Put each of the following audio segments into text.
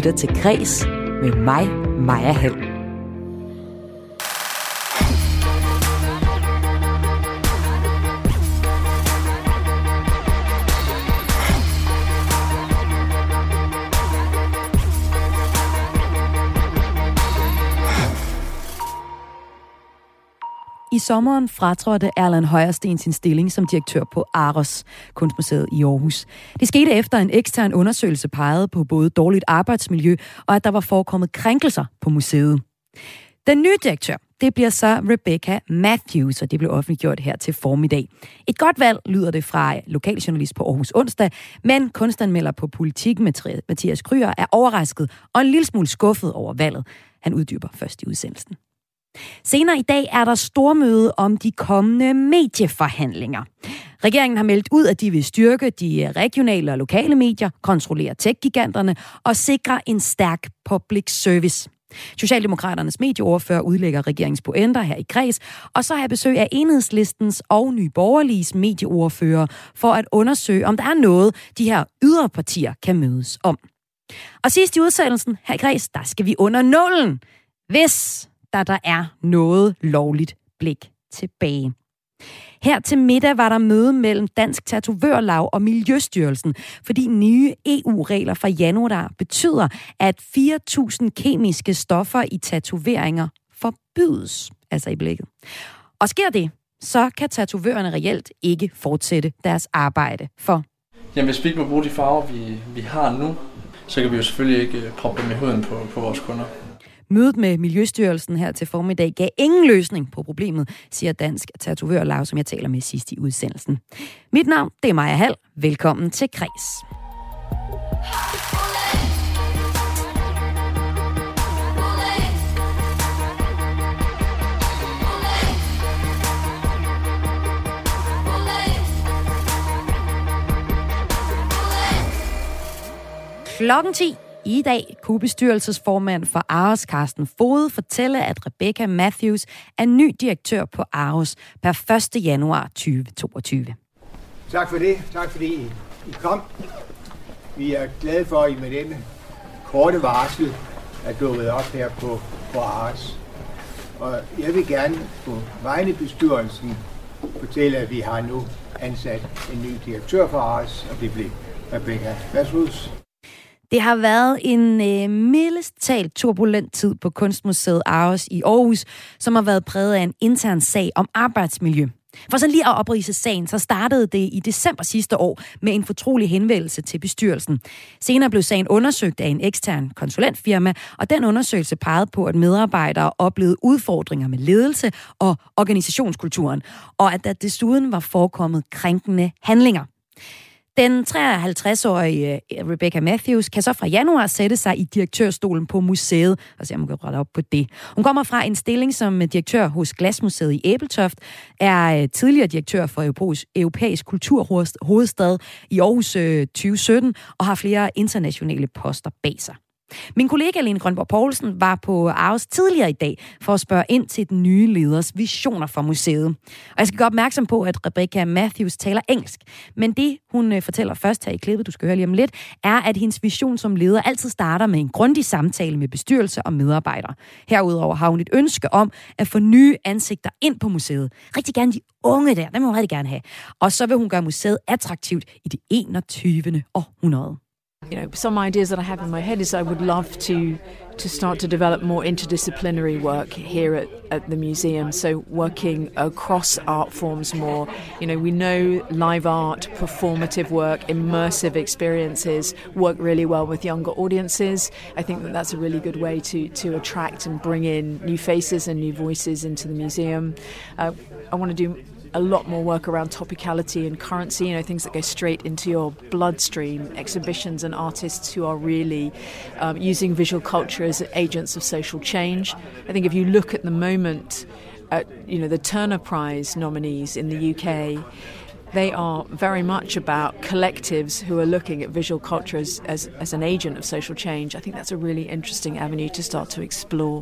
lytter til Kres med mig, Maja Hall. I sommeren fratrådte Erlend Højersten sin stilling som direktør på ARoS, Kunstmuseet i Aarhus. Det skete efter en ekstern undersøgelse pegede på både dårligt arbejdsmiljø og at der var forekommet krænkelser på museet. Den nye direktør, det bliver så Rebecca Matthews, og det blev offentliggjort her til formiddag. Et godt valg, lyder det fra lokaljournalist på Aarhus Onsdag, men kunstanmelder på Politik Mathias Kryer er overrasket og en lille smule skuffet over valget. Han uddyber først i udsendelsen. Senere i dag er der stormøde om de kommende medieforhandlinger. Regeringen har meldt ud, at de vil styrke de regionale og lokale medier, kontrollere tech-giganterne og sikre en stærk public service. Socialdemokraternes medieordfører udlægger regeringens pointer her i Kres, og så har jeg besøg af Enhedslistens og Nye Borgerliges medieordfører for at undersøge, om der er noget, de her ydre partier kan mødes om. Og sidst i udsendelsen her i Kres, der skal vi under nullen, hvis der er noget lovligt blik tilbage. Her til middag var der møde mellem Dansk Tatovørlaug og Miljøstyrelsen, fordi nye EU-regler fra januar betyder, at 4.000 kemiske stoffer i tatoveringer forbydes, altså i blikket. Og sker det, så kan tatovørerne reelt ikke fortsætte deres arbejde for. Jamen, hvis vi ikke må bruge de farver, vi har nu, så kan vi jo selvfølgelig ikke proppe dem i huden på vores kunder. Mødet med Miljøstyrelsen her til formiddag gav ingen løsning på problemet, siger Dansk Tatovørlaug, som jeg taler med sidst i udsendelsen. Mit navn, det er Maja Hall. Velkommen til Kres. Klokken 10. I dag kunne bestyrelsesformand for ARoS, Carsten Fode, fortælle, at Rebecca Matthews er ny direktør på ARoS per 1. januar 2022. Tak for det. Tak fordi I kom. Vi er glade for, at I med denne korte varsel er dukket op her på ARoS. Og jeg vil gerne på vegne af bestyrelsen fortælle, at vi har nu ansat en ny direktør for ARoS, og det blev Rebecca Matthews. Det har været en mildest talt turbulent tid på Kunstmuseet ARoS i Aarhus, som har været præget af en intern sag om arbejdsmiljø. For så lige at opridse sagen, så startede det i december sidste år med en fortrolig henvendelse til bestyrelsen. Senere blev sagen undersøgt af en ekstern konsulentfirma, og den undersøgelse pegede på, at medarbejdere oplevede udfordringer med ledelse og organisationskulturen, og at der desuden var forekommet krænkende handlinger. Den 53-årige Rebecca Matthews kan så fra januar sætte sig i direktørstolen på museet, og se om hun kan rette op på det. Hun kommer fra en stilling som direktør hos Glasmuseet i Ebeltoft, er tidligere direktør for Europæisk Kulturhovedstad i Aarhus 2017 og har flere internationale poster bag sig. Min kollega Lene Grønborg Poulsen var på ARoS tidligere i dag for at spørge ind til den nye leders visioner for museet. Og jeg skal gøre opmærksom på, at Rebecca Matthews taler engelsk. Men det, hun fortæller først her i klippet, du skal høre lige om lidt, er, at hendes vision som leder altid starter med en grundig samtale med bestyrelse og medarbejdere. Herudover har hun et ønske om at få nye ansigter ind på museet. Rigtig gerne de unge der, dem vil hun rigtig gerne have. Og så vil hun gøre museet attraktivt i det 21. århundrede. You know, some ideas that I have in my head is I would love to start to develop more interdisciplinary work here at the museum. So working across art forms more. You know, we know live art, performative work, immersive experiences work really well with younger audiences. I think that that's a really good way to attract and bring in new faces and new voices into the museum. I want to do a lot more work around topicality and currency, you know, things that go straight into your bloodstream, exhibitions and artists who are really using visual culture as agents of social change. I think if you look at the moment at, you know, the Turner Prize nominees in the UK, they are very much about collectives who are looking at visual culture as an agent of social change. I think that's a really interesting avenue to start to explore.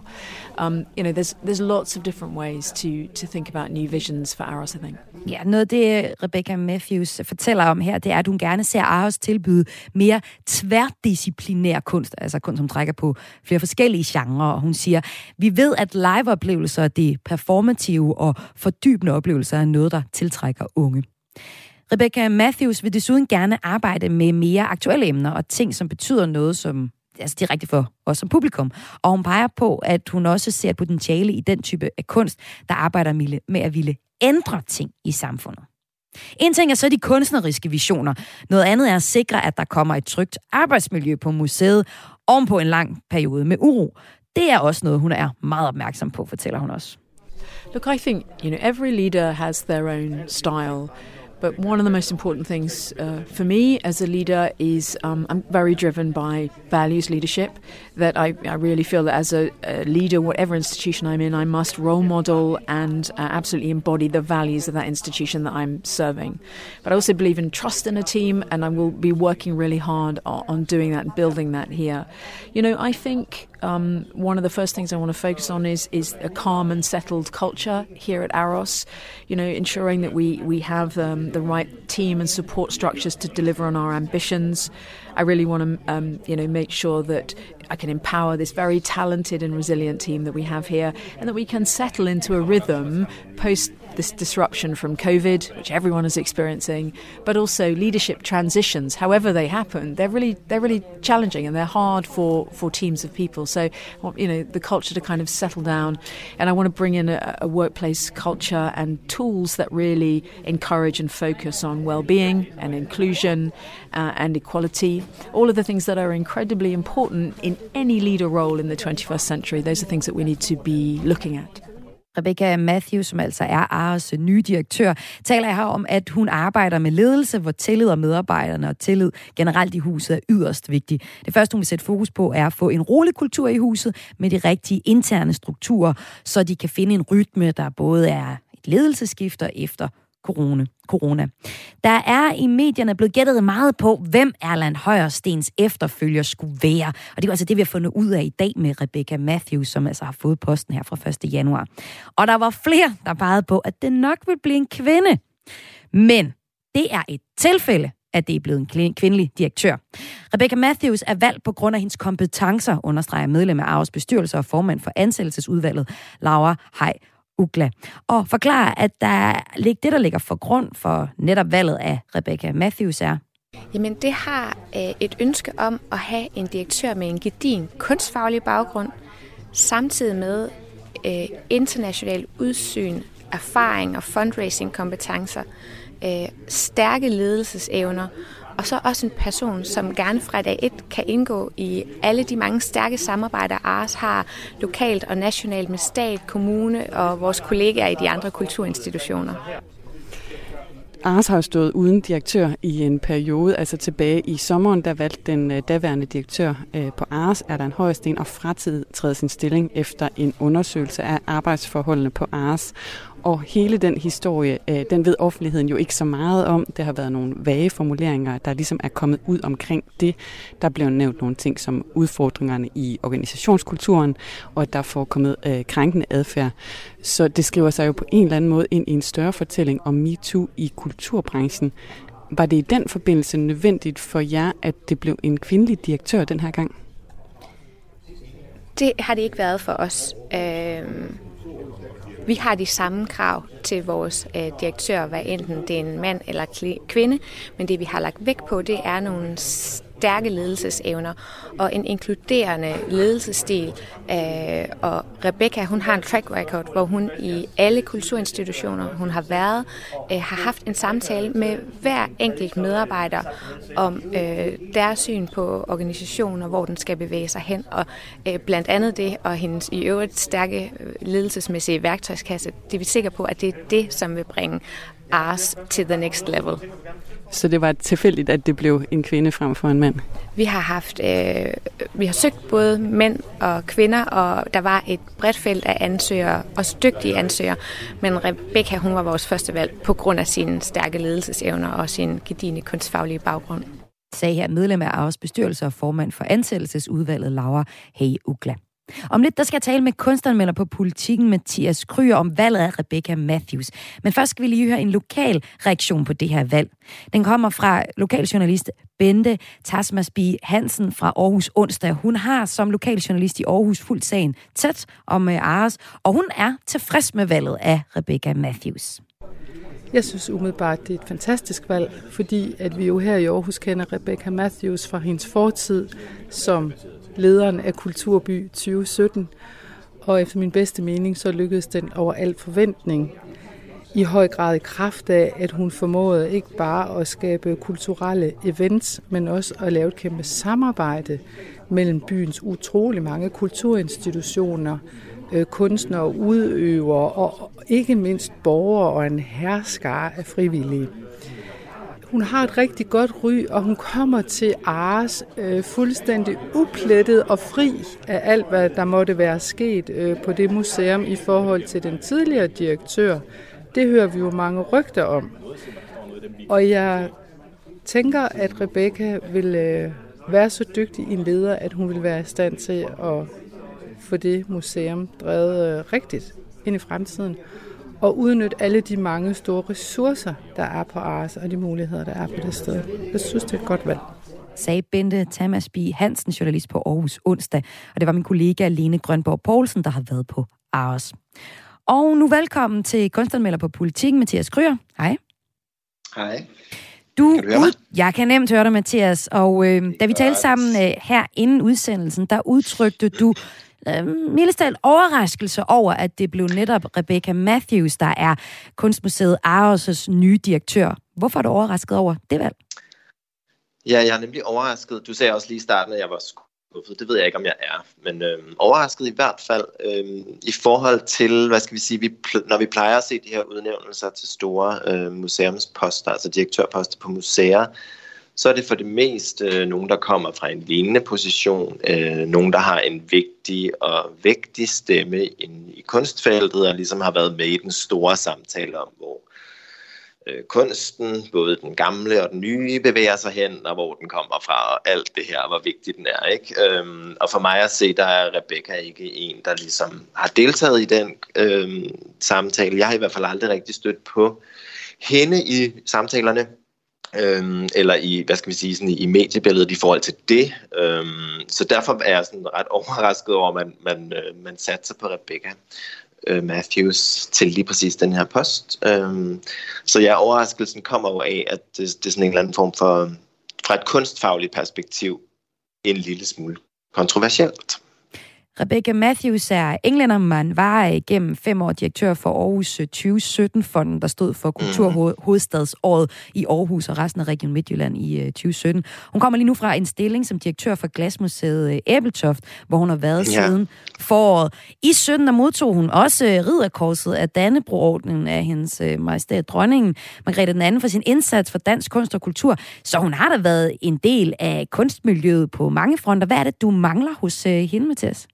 There's lots of different ways to think about new visions for Aros, I think. Ja, noget af det, Rebecca Matthews fortæller om her, det er, at hun gerne ser Aros tilbyde mere tværdisciplinær kunst, altså kunst, som trækker på flere forskellige genrer. Og hun siger, vi ved, at liveoplevelser, det performative og fordybende oplevelser, er noget, der tiltrækker unge. Rebecca Matthews vil desuden gerne arbejde med mere aktuelle emner og ting, som betyder noget, som direkte for os som publikum. Og hun peger på, at hun også ser et potentiale i den type af kunst, der arbejder med at ville ændre ting i samfundet. En ting er så de kunstneriske visioner. Noget andet er at sikre, at der kommer et trygt arbejdsmiljø på museet ovenpå en lang periode med uro. Det er også noget, hun er meget opmærksom på, fortæller hun også. Look, I think, every leader has their own style. But one of the most important things for me as a leader is I'm very driven by values leadership, that I really feel that as a leader, whatever institution I'm in, I must role model and absolutely embody the values of that institution that I'm serving. But I also believe in trust in a team, and I will be working really hard on doing that and building that here. I think one of the first things I want to focus on is a calm and settled culture here at Aros. Ensuring that we have the right team and support structures to deliver on our ambitions. I really want to, make sure that I can empower this very talented and resilient team that we have here, and that we can settle into a rhythm post this disruption from COVID, which everyone is experiencing, but also leadership transitions, however they happen, they're really challenging and they're hard for teams of people. So, the culture to kind of settle down, and I want to bring in a workplace culture and tools that really encourage and focus on well-being and inclusion and equality. All of the things that are incredibly important in any leader role in the 21st century. Those are things that we need to be looking at. Rebecca Matthews, som altså er Aros nye direktør, taler her om, at hun arbejder med ledelse, hvor tillid af medarbejderne og tillid generelt i huset er yderst vigtigt. Det første, hun vil sætte fokus på, er at få en rolig kultur i huset med de rigtige interne strukturer, så de kan finde en rytme, der både er et ledelsesskifter efter corona. Der er i medierne blevet gættet meget på, hvem Erland Højerstens efterfølger skulle være. Og det er altså det, vi har fundet ud af i dag med Rebecca Matthews, som altså har fået posten her fra 1. januar. Og der var flere, der pegede på, at det nok vil blive en kvinde. Men det er et tilfælde, at det er blevet en kvindelig direktør. Rebecca Matthews er valgt på grund af hendes kompetencer, understreger medlem af Aros bestyrelse og formand for ansættelsesudvalget, Laura Hej Ugla, og forklarer, at det, der ligger for grund for netop valget af Rebecca Matthews er. Jamen, det har et ønske om at have en direktør med en gedigen kunstfaglig baggrund, samtidig med international udsyn, erfaring og fundraising-kompetencer, stærke ledelsesevner, og så også en person, som gerne fra dag 1 kan indgå i alle de mange stærke samarbejder, Aros har lokalt og nationalt med stat, kommune og vores kollegaer i de andre kulturinstitutioner. Aros har jo stået uden direktør i en periode, altså tilbage i sommeren, der valgte den daværende direktør på Aros, Erland Højersten, at fratræde sin stilling efter en undersøgelse af arbejdsforholdene på Aros. Og hele den historie, den ved offentligheden jo ikke så meget om. Der har været nogle vage formuleringer, der ligesom er kommet ud omkring det. Der blev nævnt nogle ting som udfordringerne i organisationskulturen, og at der er forekommet krænkende adfærd. Så det skriver sig jo på en eller anden måde ind i en større fortælling om MeToo i kulturbranchen. Var det i den forbindelse nødvendigt for jer, at det blev en kvindelig direktør den her gang? Det har det ikke været for os. Vi har de samme krav til vores direktør, hvad enten det er en mand eller kvinde, men det vi har lagt vægt på, det er nogle stærke ledelsesevner og en inkluderende ledelsesstil. Og Rebecca, hun har en track record, hvor hun i alle kulturinstitutioner, hun har været, har haft en samtale med hver enkelt medarbejder om deres syn på organisationer, hvor den skal bevæge sig hen. Og blandt andet det, og hendes i øvrigt stærke ledelsesmæssige værktøjskasse, det er vi sikre på, at det er det, som vil bringe Aros til the next level. Så det var tilfældigt, at det blev en kvinde frem for en mand? Vi har søgt både mænd og kvinder, og der var et bredt felt af ansøgere, også dygtige ansøgere. Men Rebecca, hun var vores første valg på grund af sine stærke ledelsesevner og sin gedigne kunstfaglige baggrund. Sagde her medlem af AROS bestyrelse og formand for ansættelsesudvalget, Laura Hey Ugla. Om lidt, der skal jeg tale med kunstanmelder på Politikken, Mathias Kryer, om valget af Rebecca Matthews. Men først skal vi lige høre en lokal reaktion på det her valg. Den kommer fra lokaljournalist Bente Tasmasby Hansen fra Aarhus Onsdag. Hun har som lokaljournalist i Aarhus fulgt sagen tæt om AROS, og hun er tilfreds med valget af Rebecca Matthews. Jeg synes umiddelbart, det er et fantastisk valg, fordi at vi jo her i Aarhus kender Rebecca Matthews fra hendes fortid som lederen af Kulturby 2017. Og efter min bedste mening, så lykkedes den over al forventning. I høj grad i kraft af, at hun formåede ikke bare at skabe kulturelle events, men også at lave et kæmpe samarbejde mellem byens utrolig mange kulturinstitutioner, kunstnere, udøvere og ikke mindst borgere og en herskare af frivillige. Hun har et rigtig godt ry, og hun kommer til AROS fuldstændig uplettet og fri af alt, hvad der måtte være sket på det museum i forhold til den tidligere direktør. Det hører vi jo mange rygter om. Og jeg tænker, at Rebecca vil være så dygtig en leder, at hun vil være i stand til at få det museum drevet rigtigt ind i fremtiden, og udnytte alle de mange store ressourcer, der er på AROS, og de muligheder, der er på det sted. Jeg synes, det er et godt valg. Sagde Bente Tasmasby Hansen, journalist på Aarhus Onsdag, og det var min kollega Lene Grønborg Poulsen, der har været på AROS. Og nu velkommen til kunstanmelder på Politikken, Mathias Kryer. Hej. Hej. Jeg kan nemt høre dig, Mathias, og da vi talte sammen her inden udsendelsen, der udtrykte du mildest talt overraskelse over, at det blev netop Rebecca Matthews, der er Kunstmuseet AROS' nye direktør. Hvorfor er du overrasket over det valg? Ja, jeg er nemlig overrasket. Du sagde også lige i starten, at jeg var skuffet. Det ved jeg ikke, om jeg er. Men overrasket i hvert fald i forhold til, hvad skal vi sige, når vi plejer at se de her udnævnelser til store museumsposter, altså direktørposter på museer, så er det for det meste nogen, der kommer fra en lignende position, nogen, der har en vigtig og vægtig stemme i kunstfeltet, og ligesom har været med i den store samtale om, hvor kunsten, både den gamle og den nye, bevæger sig hen, og hvor den kommer fra, og alt det her, hvor vigtigt den er, ikke? Og for mig at se, der er Rebecca ikke en, der ligesom har deltaget i den samtale. Jeg har i hvert fald aldrig rigtig stødt på hende i samtalerne, eller i, hvad skal vi sige, sådan i mediebilledet i forhold til det. Så derfor er jeg sådan ret overrasket over, at man satser på Rebecca Matthews til lige præcis den her post. Så ja, overraskelsen kommer jo af, at det er sådan en eller anden form for, fra et kunstfagligt perspektiv, en lille smule kontroversielt. Rebecca Matthews er englænder, man var igennem 5 år direktør for Aarhus 2017-fonden, der stod for Kulturhovedstadsåret i Aarhus og resten af Region Midtjylland i 2017. Hun kommer lige nu fra en stilling som direktør for Glasmuseet Ebeltoft, hvor hun har været siden foråret. I 17 der modtog hun også ridderkorset af Dannebrog-ordenen af hendes majestæt dronningen, Margrethe II, for sin indsats for dansk kunst og kultur. Så hun har da været en del af kunstmiljøet på mange fronter. Hvad er det, du mangler hos hende, Mathias?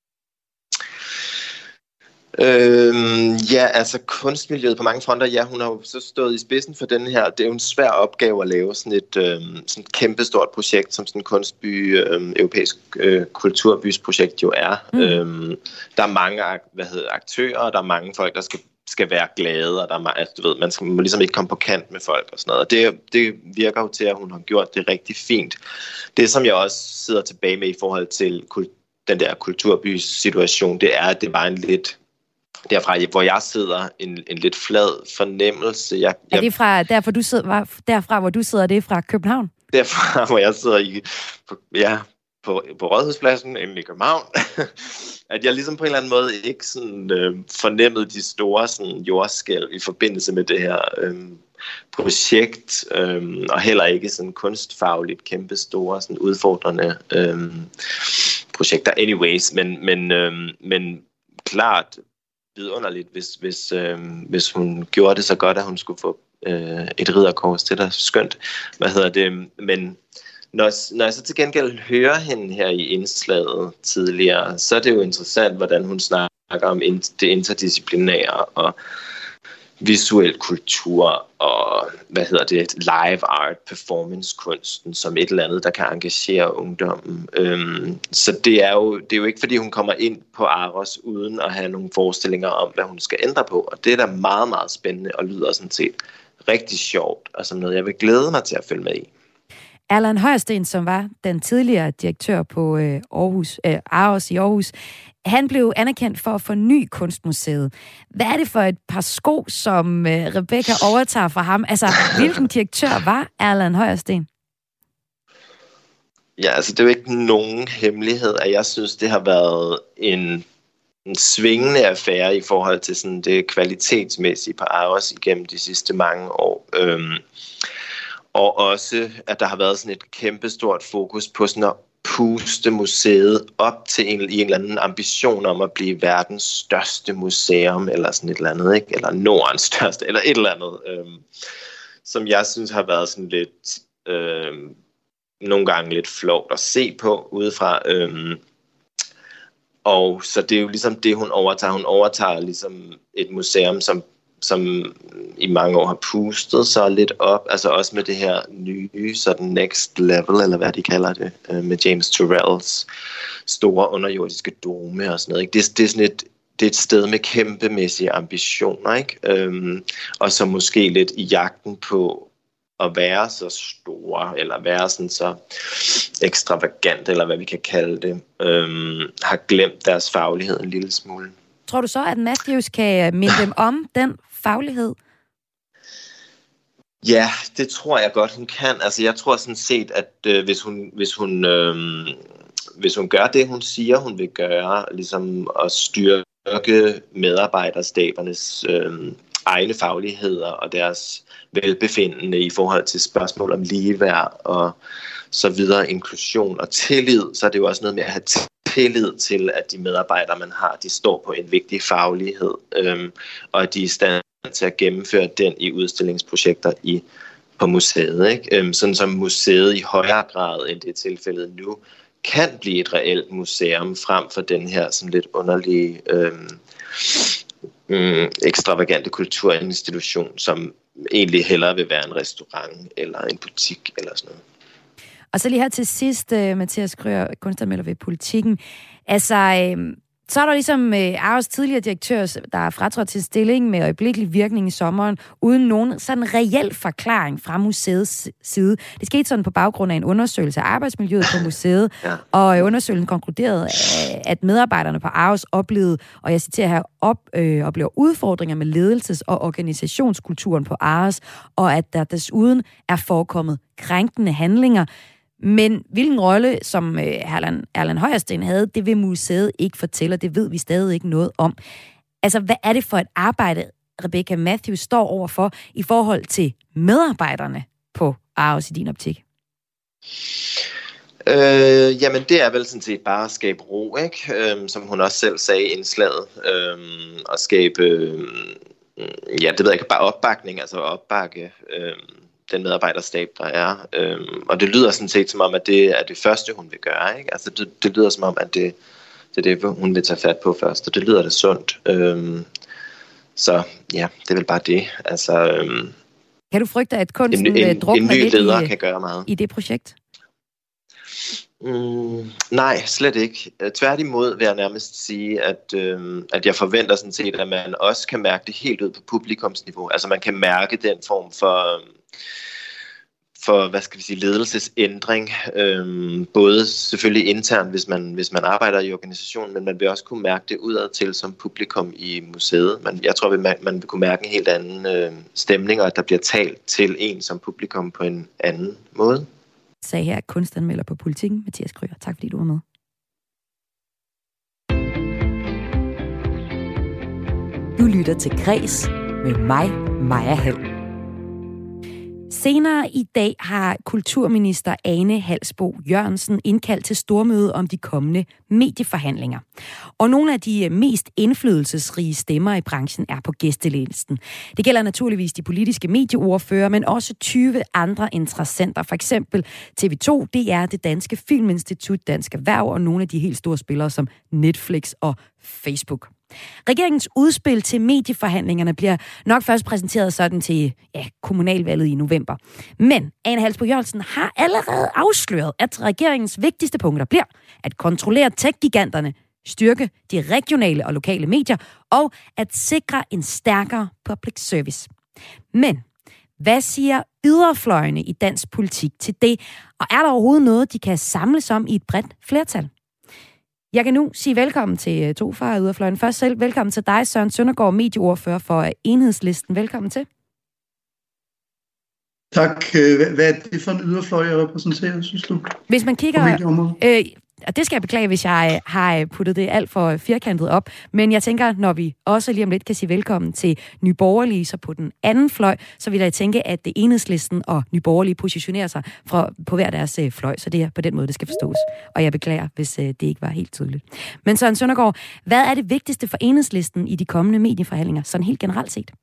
Ja, altså kunstmiljøet på mange fronter, ja, hun har jo så stået i spidsen for den her. Det er jo en svær opgave at lave sådan et kæmpestort projekt, som sådan en kunstby, europæisk kulturbysprojekt jo er. Der er mange aktører, og der er mange folk, der skal være glade, og der er, altså, du ved, man må ligesom ikke komme på kant med folk og sådan noget. Og det virker jo til, at hun har gjort det rigtig fint. Det, som jeg også sidder tilbage med i forhold til den der kulturbys situation, det er, at det var en lidt derfra, hvor jeg sidder, en lidt flad fornemmelse. Er det fra derfra, hvor du sidder, det er fra København? Derfra, hvor jeg sidder på Rådhuspladsen i København, at jeg ligesom på en eller anden måde ikke sådan, fornemmede de store sådan, jordskælv i forbindelse med det her projekt, og heller ikke sådan kunstfagligt kæmpe store, sådan udfordrende projekter anyways, men klart vidunderligt, hvis hun gjorde det så godt, at hun skulle få et ridderkors. Det er da skønt. Men når jeg så til gengæld hører hende her i indslaget tidligere, så er det jo interessant, hvordan hun snakker om det interdisciplinære og visuel kultur og live art, performancekunsten som et eller andet, der kan engagere ungdommen. Så det er jo ikke, fordi hun kommer ind på ARoS uden at have nogle forestillinger om, hvad hun skal ændre på. Og det er da meget, meget spændende og lyder sådan set rigtig sjovt, og som noget, jeg vil glæde mig til at følge med i. Erland Højersten, som var den tidligere direktør på ARoS i Aarhus, han blev anerkendt for at forny Kunstmuseet. Hvad er det for et par sko, som Rebecca overtager fra ham? Altså, hvilken direktør var Erland Højersten? Ja, altså det er jo ikke nogen hemmelighed, at jeg synes, det har været en svingende affære i forhold til sådan det kvalitetsmæssige på ARoS igennem de sidste mange år. Og også, at der har været sådan et kæmpestort fokus på sådan at puste museet op til en eller anden ambition om at blive verdens største museum, eller sådan et eller andet, ikke? Eller Nordens største, eller et eller andet, som jeg synes har været sådan lidt, nogle gange lidt flovt at se på udefra. Og så det er jo ligesom det, hun overtager. Hun overtager ligesom et museum, som i mange år har pustet sig lidt op, altså også med det her nye, sådan next level, eller hvad de kalder det, med James Turrells store underjordiske dome og sådan noget. Ikke? Det er sådan det er et sted med kæmpemæssige ambitioner, ikke? Og så måske lidt i jagten på at være så store, eller være sådan så ekstravagant, eller hvad vi kan kalde det, har glemt deres faglighed en lille smule. Tror du så, at Matthews kan minde dem om den faglighed? Ja, det tror jeg godt, hun kan. Altså, jeg tror sådan set, at hvis hun gør det, hun siger, hun vil gøre, ligesom at styrke medarbejderstabernes egne fagligheder og deres velbefindende i forhold til spørgsmål om ligeværd og så videre, inklusion og tillid, så er det jo også noget med at have tillid til, at de medarbejdere, man har, de står på en vigtig faglighed, og at de er i stand til at gennemføre den i udstillingsprojekter på museet. Ikke? Sådan som museet i højere grad, end det er tilfældet nu, kan blive et reelt museum frem for den her sådan lidt underlige ekstravagante kulturinstitution, som egentlig hellere vil være en restaurant eller en butik eller sådan noget. Og så lige her til sidst, Mathias Krøyer, kunstanmelder ved Politikken. Altså, så er der ligesom ARoS tidligere direktør, der er fratrådt til stilling med øjeblikkelig virkning i sommeren, uden nogen sådan reel forklaring fra museets side. Det skete sådan på baggrund af en undersøgelse af arbejdsmiljøet på museet, ja. Og undersøgelsen konkluderede, at medarbejderne på ARoS oplevede, og jeg citerer her, oplever udfordringer med ledelses- og organisationskulturen på ARoS, og at der desuden er forekommet krænkende handlinger. Men hvilken rolle, som Erland Højersten havde, det vil museet ikke fortælle, og det ved vi stadig ikke noget om. Altså, hvad er det for et arbejde, Rebecca Matthews står overfor i forhold til medarbejderne på ARoS i din optik? Jamen, det er vel sådan set bare at skabe ro, ikke? Som hun også selv sagde i indslaget. At skabe, det ved jeg ikke, bare opbakning, altså opbakke den medarbejderstab, der er. Og det lyder sådan set som om, at det er det første, hun vil gøre. Ikke? Altså det lyder som om, at det er det, hun vil tage fat på først. Og det lyder da sundt. Så ja, det er vel bare det. Altså, kan du frygte, at kunsten drukner en ny leder kan gøre meget i det projekt? Nej, slet ikke. Tværtimod vil jeg nærmest sige, at jeg forventer sådan set, at man også kan mærke det helt ud på publikumsniveau. Altså man kan mærke den form for hvad skal vi sige, ledelsesændring. Både selvfølgelig internt, hvis man arbejder i organisationen, men man vil også kunne mærke det udad til som publikum i museet. Jeg tror, man vil kunne mærke en helt anden stemning, og at der bliver talt til en som publikum på en anden måde. Sagde her kunstanmelder på Politikken, Mathias Krøyer. Tak fordi du var med. Du lytter til Græs med mig, Maja Hall. Senere i dag har kulturminister Ane Halsboe Jørgensen indkaldt til stormøde om de kommende medieforhandlinger. Og nogle af de mest indflydelsesrige stemmer i branchen er på gæstelisten. Det gælder naturligvis de politiske medieordfører, men også 20 andre interessenter. For eksempel TV2, DR, Det Danske Filminstitut, Dansk Erhverv og nogle af de helt store spillere som Netflix og Facebook. Regeringens udspil til medieforhandlingerne bliver nok først præsenteret sådan til kommunalvalget i november. Men Ane Halsboe Jørgensen har allerede afsløret, at regeringens vigtigste punkter bliver at kontrollere tech-giganterne, styrke de regionale og lokale medier og at sikre en stærkere public service. Men hvad siger yderfløjene i dansk politik til det? Og er der overhovedet noget, de kan samles om i et bredt flertal? Jeg kan nu sige velkommen til to fra yderfløjen. Først selv velkommen til dig, Søren Søndergaard, medieordfører for Enhedslisten. Velkommen til. Tak. Hvad er det for en yderfløj, jeg repræsenterer, synes du? Hvis man kigger... Og det skal jeg beklage, hvis jeg har puttet det alt for firkantet op. Men jeg tænker, når vi også lige om lidt kan sige velkommen til Nye Borgerlige, så på den anden fløj, så vil jeg tænke, at det Enhedslisten og Nye Borgerlige positionerer sig på hver deres fløj. Så det er på den måde, det skal forstås. Og jeg beklager, hvis det ikke var helt tydeligt. Men Søren Søndergaard, hvad er det vigtigste for Enhedslisten i de kommende medieforhandlinger, sådan helt generelt set?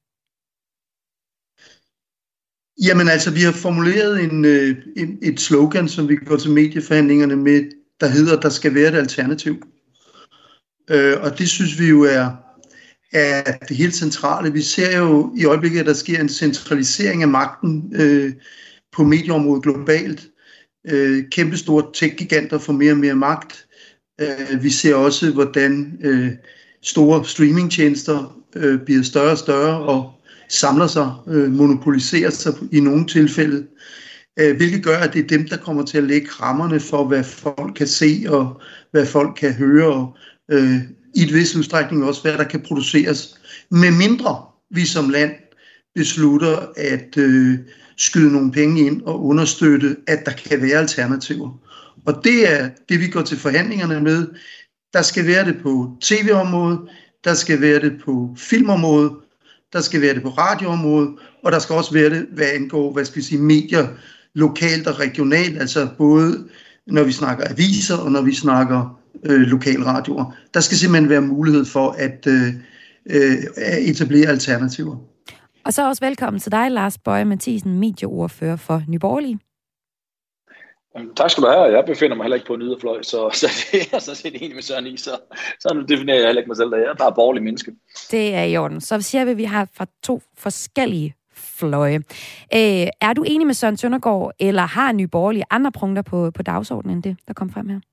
Jamen altså, vi har formuleret et slogan, som vi går til medieforhandlingerne med, der hedder, der skal være et alternativ. Og det synes vi jo er det helt centrale. Vi ser jo i øjeblikket, at der sker en centralisering af magten på medieområdet globalt. Kæmpestore tech-giganter får mere og mere magt. Vi ser også, hvordan store streamingtjenester bliver større og større og samler sig, monopoliserer sig i nogle tilfælde. Hvilket gør, at det er dem, der kommer til at lægge rammerne for, hvad folk kan se og hvad folk kan høre, og i et vis udstrækning også, hvad der kan produceres. Med mindre vi som land beslutter at skyde nogle penge ind og understøtte, at der kan være alternativer. Og det er det, vi går til forhandlingerne med. Der skal være det på tv-området, der skal være det på filmområdet, der skal være det på radioområdet, og der skal også være det, hvad angår, medier, lokalt og regionalt, altså både når vi snakker aviser og når vi snakker lokalradioer. Der skal simpelthen være mulighed for at etablere alternativer. Og så også velkommen til dig, Lars Boje Mathiesen, medieordfører for Nye Borgerlige. Tak skal du have. Jeg befinder mig heller ikke på en yderfløj, så det er jeg så set enig med Søren i, så nu definerer jeg heller ikke mig selv, at jeg er bare borgerlig menneske. Det er i orden. Så siger vi, at vi har fra to forskellige fløje. Er du enig med Søren Søndergaard, eller har Nye Borgerlige andre punkter på dagsordenen end det, der kom frem her?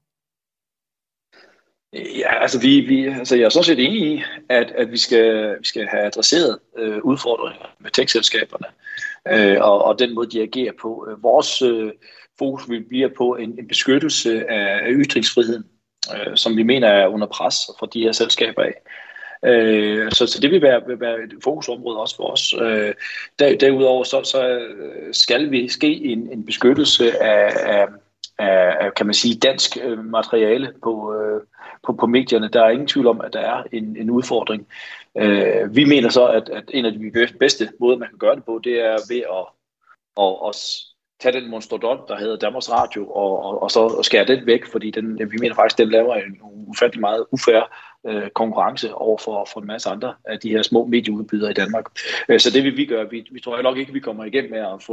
Ja, altså jeg er sådan set enig i, at vi skal have adresseret udfordringer med tech-selskaberne, og den måde, de agerer på. Vores fokus vil blive på en beskyttelse af ytringsfriheden, som vi mener er under pres fra de her selskaber af. Så det vil være et fokusområde også for os. Derudover så skal vi ske en beskyttelse af kan man sige, dansk materiale på medierne. Der er ingen tvivl om, at der er en udfordring. Vi mener så, at en af de bedste måder, man kan gøre det på, det er ved at tage den monstrodont, der hedder Danmarks Radio, og så skære den væk, fordi vi mener faktisk, den laver en ufattelig meget ufair konkurrence over for en masse andre af de her små medieudbydere i Danmark. Så det vil vi gøre. Vi tror nok ikke, at vi kommer igennem med at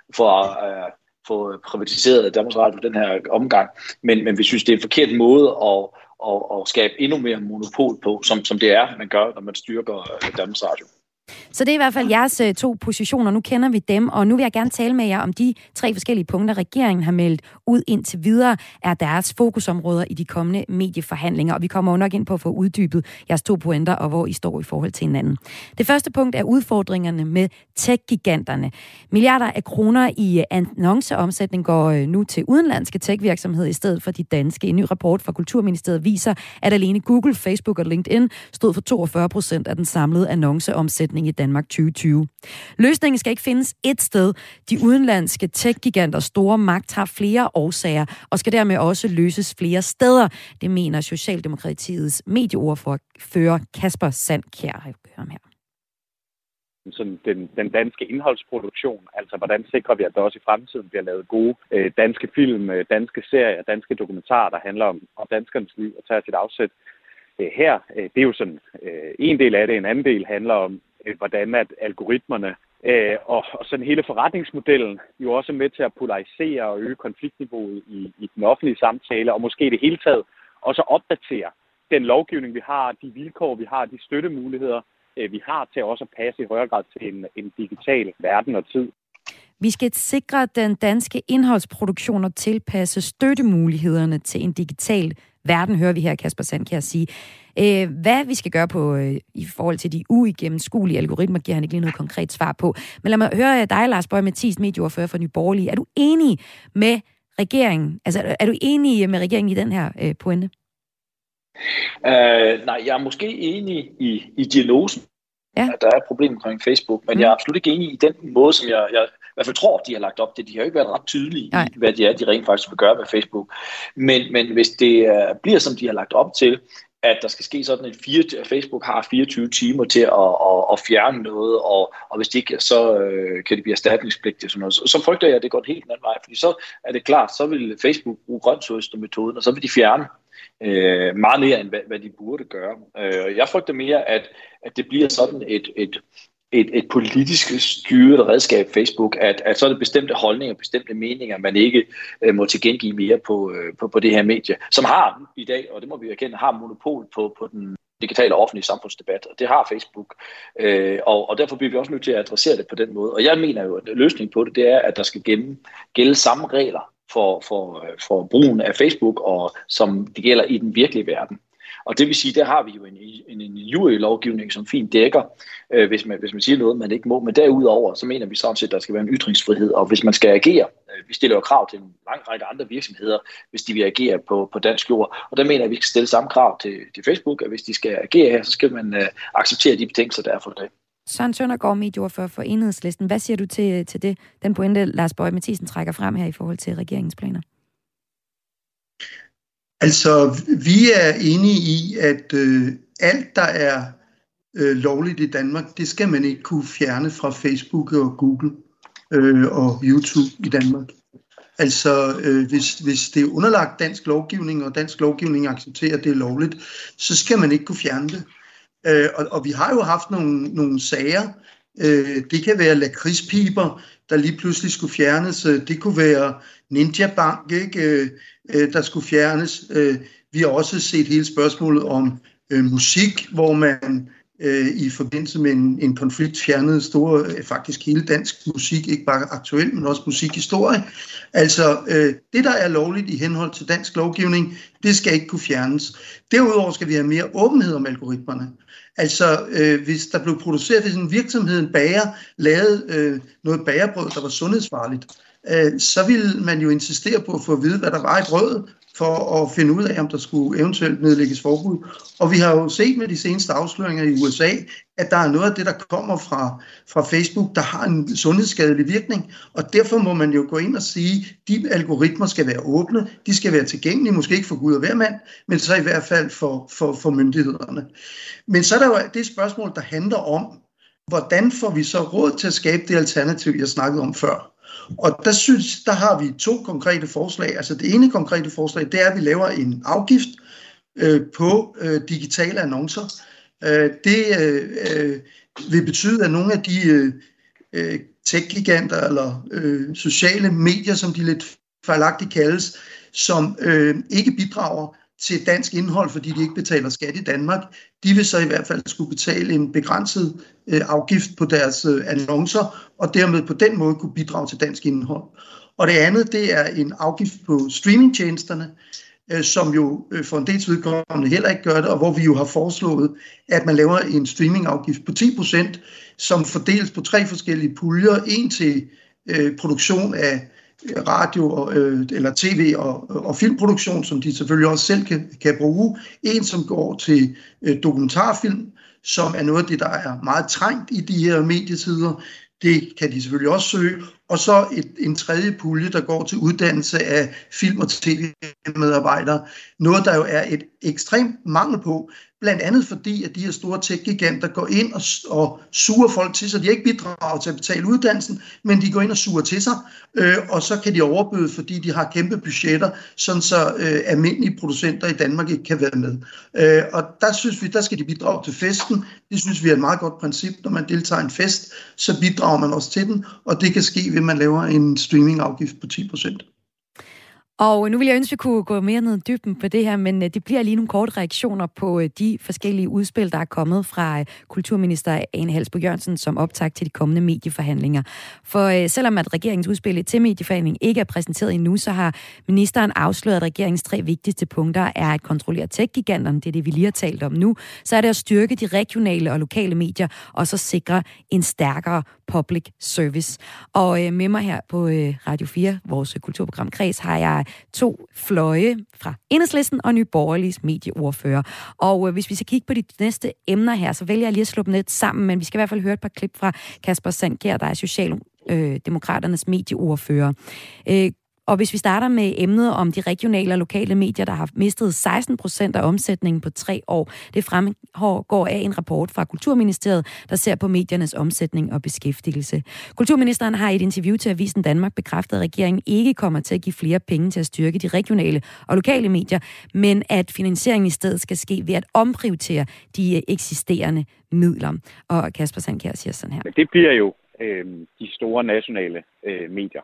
få privatiseret Danmarks Radio den her omgang, men vi synes, det er en forkert måde at skabe endnu mere monopol på, som det er, man gør, når man styrker Danmarks Radio. Så det er i hvert fald jeres to positioner. Nu kender vi dem, og nu vil jeg gerne tale med jer om de 3 forskellige punkter, regeringen har meldt ud indtil videre, er deres fokusområder i de kommende medieforhandlinger. Og vi kommer jo nok ind på at få uddybet jeres 2 pointer, og hvor I står i forhold til hinanden. Det første punkt er udfordringerne med tech-giganterne. Milliarder af kroner i annonceomsætning går nu til udenlandske tech-virksomheder i stedet for de danske. En ny rapport fra Kulturministeriet viser, at alene Google, Facebook og LinkedIn stod for 42% af den samlede annonceomsætning i Danmark 2020. Løsningen skal ikke findes ét sted. De udenlandske tech-giganters store magt har flere årsager, og skal dermed også løses flere steder. Det mener Socialdemokratiets medieordfører Kasper Sandkjær. Hør ham her. sådan den danske indholdsproduktion. Altså, hvordan sikrer vi, at der også i fremtiden bliver lavet gode danske film, danske serier, danske dokumentarer, der handler om danskernes liv og tager sit afsæt her. Det er jo sådan en del af det. En anden del handler om, hvordan at algoritmerne og sådan hele forretningsmodellen jo også er med til at polarisere og øge konfliktniveauet i den offentlige samtale, og måske i det hele taget også opdatere den lovgivning, vi har, de vilkår, vi har, de støttemuligheder, vi har til også at passe i højere grad til en digital verden og tid. Vi skal sikre den danske indholdsproduktion og tilpasse støttemulighederne til en digital verden, hører vi her Kasper Sandkjær sige. Hvad vi skal gøre på i forhold til de uigennemskuelige algoritmer, giver han ikke lige noget konkret svar på. Men lad mig høre dig, Lars Boje Mathiesen, medieordfører for Nye Borgerlige. Er du enig med regeringen? Altså, er du enig med regeringen i den her pointe? Nej, jeg er måske enig i diagnosen, at der er et problem omkring Facebook, men jeg er absolut ikke enig i den måde, som jeg i hvert fald tror, de har lagt op til. De har jo ikke været ret tydelige i, hvad de rent faktisk vil gøre med Facebook. Men hvis det bliver, som de har lagt op til, at der skal ske sådan at Facebook har 24 timer til at fjerne noget, og hvis det ikke, så kan det blive erstatningspligtigt. Sådan noget. Så frygter jeg, at det går en helt anden vej, fordi så er det klart, så vil Facebook bruge grøntsøstermetoden, og så vil de fjerne meget mere, end hvad de burde gøre. Jeg frygter mere, at det bliver sådan et politisk styret redskab Facebook, at så er det bestemte holdninger, bestemte meninger, man ikke må tilkendegive mere på det her medie, som har i dag, og det må vi erkende, har monopol på den digitale offentlige samfundsdebat, og det har Facebook. Og derfor bliver vi også nødt til at adressere det på den måde. Og jeg mener jo, at løsningen på det er, at der skal gælde samme regler for brugen af Facebook, og som det gælder i den virkelige verden. Og det vil sige, der har vi jo en injurielovgivning, som fint dækker, hvis man siger noget, man ikke må. Men derudover, så mener vi sådan set, at der skal være en ytringsfrihed. Og hvis man skal agere, vi stiller jo krav til en lang række andre virksomheder, hvis de vil agere på dansk jord. Og der mener jeg, at vi skal stille samme krav til Facebook, at hvis de skal agere her, så skal man acceptere de betingelser, der er for det. Søren Søndergaard, medieordfører for Enhedslisten. Hvad siger du til det, den pointe, Lars Boje Mathiesen trækker frem her i forhold til regeringens planer? Altså, vi er enige i, at alt, der er lovligt i Danmark, det skal man ikke kunne fjerne fra Facebook og Google og YouTube i Danmark. Altså, hvis det er underlagt dansk lovgivning, og dansk lovgivning accepterer, at det er lovligt, så skal man ikke kunne fjerne det. Og vi har jo haft nogle sager. Det kan være lakridspiber, der lige pludselig skulle fjernes. Det kunne være Ninja Bank, ikke? Der skulle fjernes. Vi har også set hele spørgsmålet om musik, hvor man i forbindelse med en konflikt fjernede faktisk hele dansk musik, ikke bare aktuelt, men også musikhistorie. Altså, det der er lovligt i henhold til dansk lovgivning, det skal ikke kunne fjernes. Derudover skal vi have mere åbenhed om algoritmerne. Altså, hvis der blev produceret, hvis en virksomhed, en bager, lavede noget bagerbrød, der var sundhedsfarligt, så ville man jo insistere på at få at vide, hvad der var i brødet, for at finde ud af, om der skulle eventuelt nedlægges forbud. Og vi har jo set med de seneste afsløringer i USA, at der er noget af det, der kommer fra Facebook, der har en sundhedsskadelig virkning. Og derfor må man jo gå ind og sige, at de algoritmer skal være åbne, de skal være tilgængelige, måske ikke for Gud og hver mand, men så i hvert fald for myndighederne. Men så er der jo det spørgsmål, der handler om, hvordan får vi så råd til at skabe det alternativ, jeg snakkede om før. Og der har vi 2 konkrete forslag. Altså det ene konkrete forslag, det er, at vi laver en afgift på digitale annoncer. Det vil betyde, at nogle af de tech-giganter eller sociale medier, som de lidt fejlagtigt kaldes, som ikke bidrager til dansk indhold, fordi de ikke betaler skat i Danmark, de vil så i hvert fald skulle betale en begrænset afgift på deres annoncer, og dermed på den måde kunne bidrage til dansk indhold. Og det andet, det er en afgift på streamingtjenesterne, som jo for en dels vedkommende heller ikke gør det, og hvor vi jo har foreslået, at man laver en streamingafgift på 10%, som fordeles på 3 forskellige puljer. En til produktion af radio eller tv og filmproduktion, som de selvfølgelig også selv kan bruge. En, som går til dokumentarfilm, som er noget af det, der er meget trængt i de her medietider. Det kan de selvfølgelig også søge. Og så en tredje pulje, der går til uddannelse af film- og tv-medarbejdere. Noget, der jo er et ekstremt mangel på. Blandt andet fordi, at de her store tech-giganter går ind og suger folk til sig. De har ikke bidraget til at betale uddannelsen, men de går ind og suger til sig, og så kan de overbyde, fordi de har kæmpe budgetter, sådan så almindelige producenter i Danmark ikke kan være med. Og der synes vi, der skal de bidrage til festen. Det synes vi er et meget godt princip. Når man deltager i en fest, så bidrager man også til den, og det kan ske, ved at man laver en streamingafgift på 10%. Og nu vil jeg ønske, at vi kunne gå mere ned i dybden på det her, men det bliver lige nogle korte reaktioner på de forskellige udspil, der er kommet fra kulturminister Ane Halsboe-Jørgensen som optakt til de kommende medieforhandlinger. For selvom at regeringens udspil til medieforhandling ikke er præsenteret endnu, så har ministeren afsløret, at regeringens 3 vigtigste punkter er at kontrollere tech-giganterne, det er det, vi lige har talt om nu. Så er det at styrke de regionale og lokale medier, og så sikre en stærkere public service. Og med mig her på Radio 4, vores kulturprogram Kreds, har jeg 2 fløje fra Enhedslisten og Nye Borgerliges medieordfører. Og hvis vi skal kigge på de næste emner her, så vælger jeg lige at slå dem lidt sammen, men vi skal i hvert fald høre et par klip fra Kasper Sandkjær, der er Socialdemokraternes medieordfører. Og hvis vi starter med emnet om de regionale og lokale medier, der har mistet 16% af omsætningen på 3 år. Det fremgår af en rapport fra Kulturministeriet, der ser på mediernes omsætning og beskæftigelse. Kulturministeren har i et interview til Avisen Danmark bekræftet, at regeringen ikke kommer til at give flere penge til at styrke de regionale og lokale medier, men at finansieringen i stedet skal ske ved at omprioritere de eksisterende midler. Og Kasper Sandkjær siger sådan her. Det bliver jo de store nationale medier,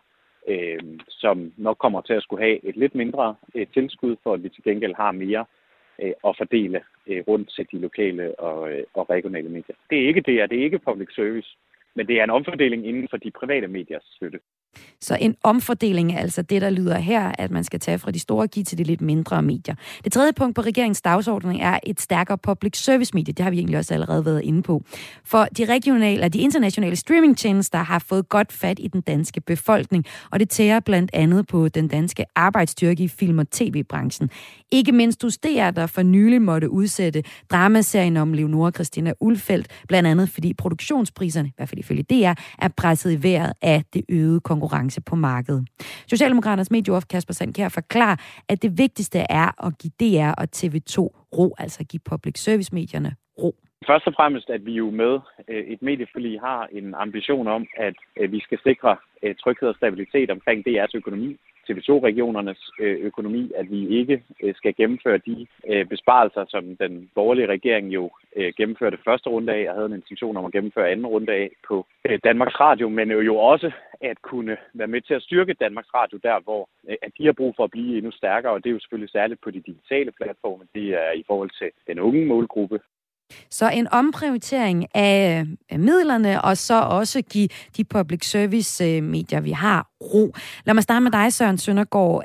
som nok kommer til at skulle have et lidt mindre tilskud, for at vi til gengæld har mere at fordele rundt til de lokale og regionale medier. Det er ikke public service, men det er en omfordeling inden for de private mediers støtte. Så en omfordeling er altså det, der lyder her, at man skal tage fra de store og give til de lidt mindre medier. Det tredje punkt på regeringens dagsorden er et stærkere public service medie. Det har vi egentlig også allerede været inde på. For de internationale streamingtjenester har fået godt fat i den danske befolkning, og det tærer blandt andet på den danske arbejdsstyrke i film- og tv-branchen. Ikke mindst hos DR, der for nylig måtte udsætte dramaserien om Leonora Christina Ulfeldt, blandt andet fordi produktionspriserne, i hvert fald ifølge DR, er presset i vejret af det øgede konkurrence på markedet. Socialdemokraternes medieordfører Kasper Sandkjær forklarer, at det vigtigste er at give DR og TV2 ro, altså give public service medierne ro. Først og fremmest, at vi jo med et medieforlig har en ambition om, at vi skal sikre tryghed og stabilitet omkring DR's økonomi, TV2-regionernes økonomi, at vi ikke skal gennemføre de besparelser, som den borgerlige regering jo gennemførte første runde af, og havde en intention om at gennemføre anden runde af på Danmarks Radio, men jo også at kunne være med til at styrke Danmarks Radio der, hvor at de har brug for at blive endnu stærkere, og det er jo selvfølgelig særligt på de digitale platforme. Det er i forhold til den unge målgruppe. Så en omprioritering af midlerne, og så også give de public service medier, vi har, ro. Lad mig starte med dig, Søren Søndergaard.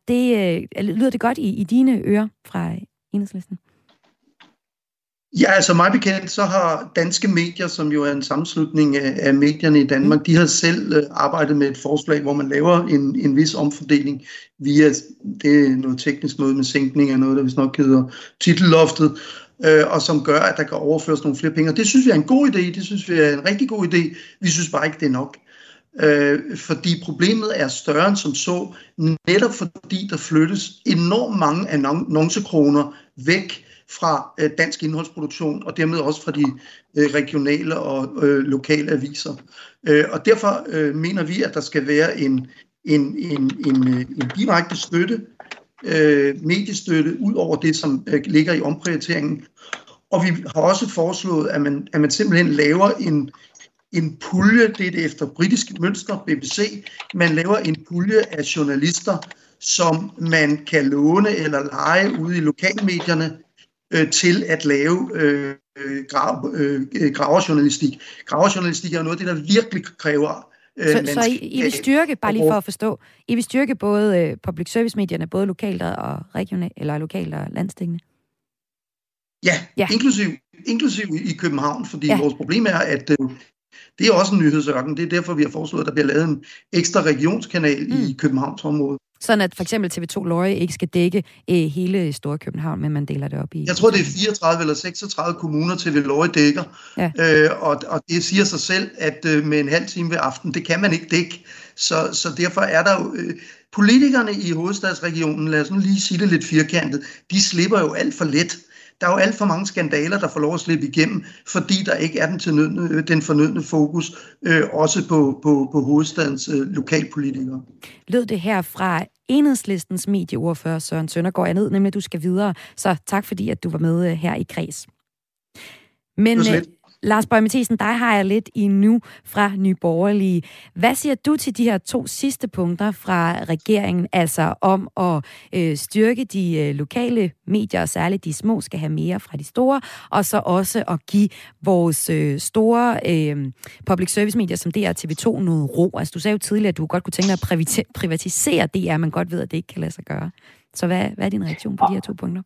Lyder det godt i dine ører fra Enhedslisten? Ja, altså mig bekendt, så har Danske Medier, som jo er en sammenslutning af medierne i Danmark, de har selv arbejdet med et forslag, hvor man laver en vis omfordeling via, det er noget teknisk noget med sænkning af noget, der vist nok hedder titelloftet, og som gør, at der kan overføres nogle flere penge. Og det synes vi er en god idé, det synes vi er en rigtig god idé, vi synes bare ikke, det er nok. Fordi problemet er større end som så, netop fordi der flyttes enormt mange annoncekroner væk fra dansk indholdsproduktion, og dermed også fra de regionale og lokale aviser. Og derfor mener vi, at der skal være en direkte støtte, mediestøtte, ud over det, som ligger i omprioriteringen. Og vi har også foreslået, at man simpelthen laver en pulje, det er det efter britisk mønster, BBC, man laver en pulje af journalister, som man kan låne eller leje ude i lokalmedierne til at lave graverjournalistik. Graverjournalistik er noget af det, der virkelig kræver... Så I vil styrke, bare lige for at forstå, I vil styrke både public service medierne, både lokalt og regionalt, eller lokalt og landsdækkende? Ja. Inklusiv i København, fordi vores problem er, at det er også en nyhedsørken. Det er derfor, vi har foreslået, at der bliver lavet en ekstra regionskanal i Københavns område. Sådan at for eksempel TV2 Løje ikke skal dække hele Store København, men man deler det op i... Jeg tror, det er 34 eller 36 kommuner, TV Løje dækker. Ja. Og det siger sig selv, at med en halv time ved aften, det kan man ikke dække. Så derfor er der jo... Politikerne i hovedstadsregionen, lad os nu lige sige det lidt firkantet, de slipper jo alt for let. Der er jo alt for mange skandaler, der får lov at slippe igennem, fordi der ikke er den fornødne fokus, også på hovedstadens lokalpolitikere. Lød det her fra Enhedslistens medieordfører Søren Søndergaard. Jeg ved nemlig, at du skal videre, så tak fordi, at du var med her i Kreds. Men Lars Boje Mathiesen, dig har jeg lidt i nu fra Nye Borgerlige. Hvad siger du til de her 2 sidste punkter fra regeringen, altså om at styrke de lokale medier, og særligt de små skal have mere fra de store, og så også at give vores store public service medier som DR og TV2 noget ro? Altså du sagde jo tidligere, at du godt kunne tænke dig at privatisere DR, men godt ved, at det ikke kan lade sig gøre. Så hvad er din reaktion på de her 2 punkter?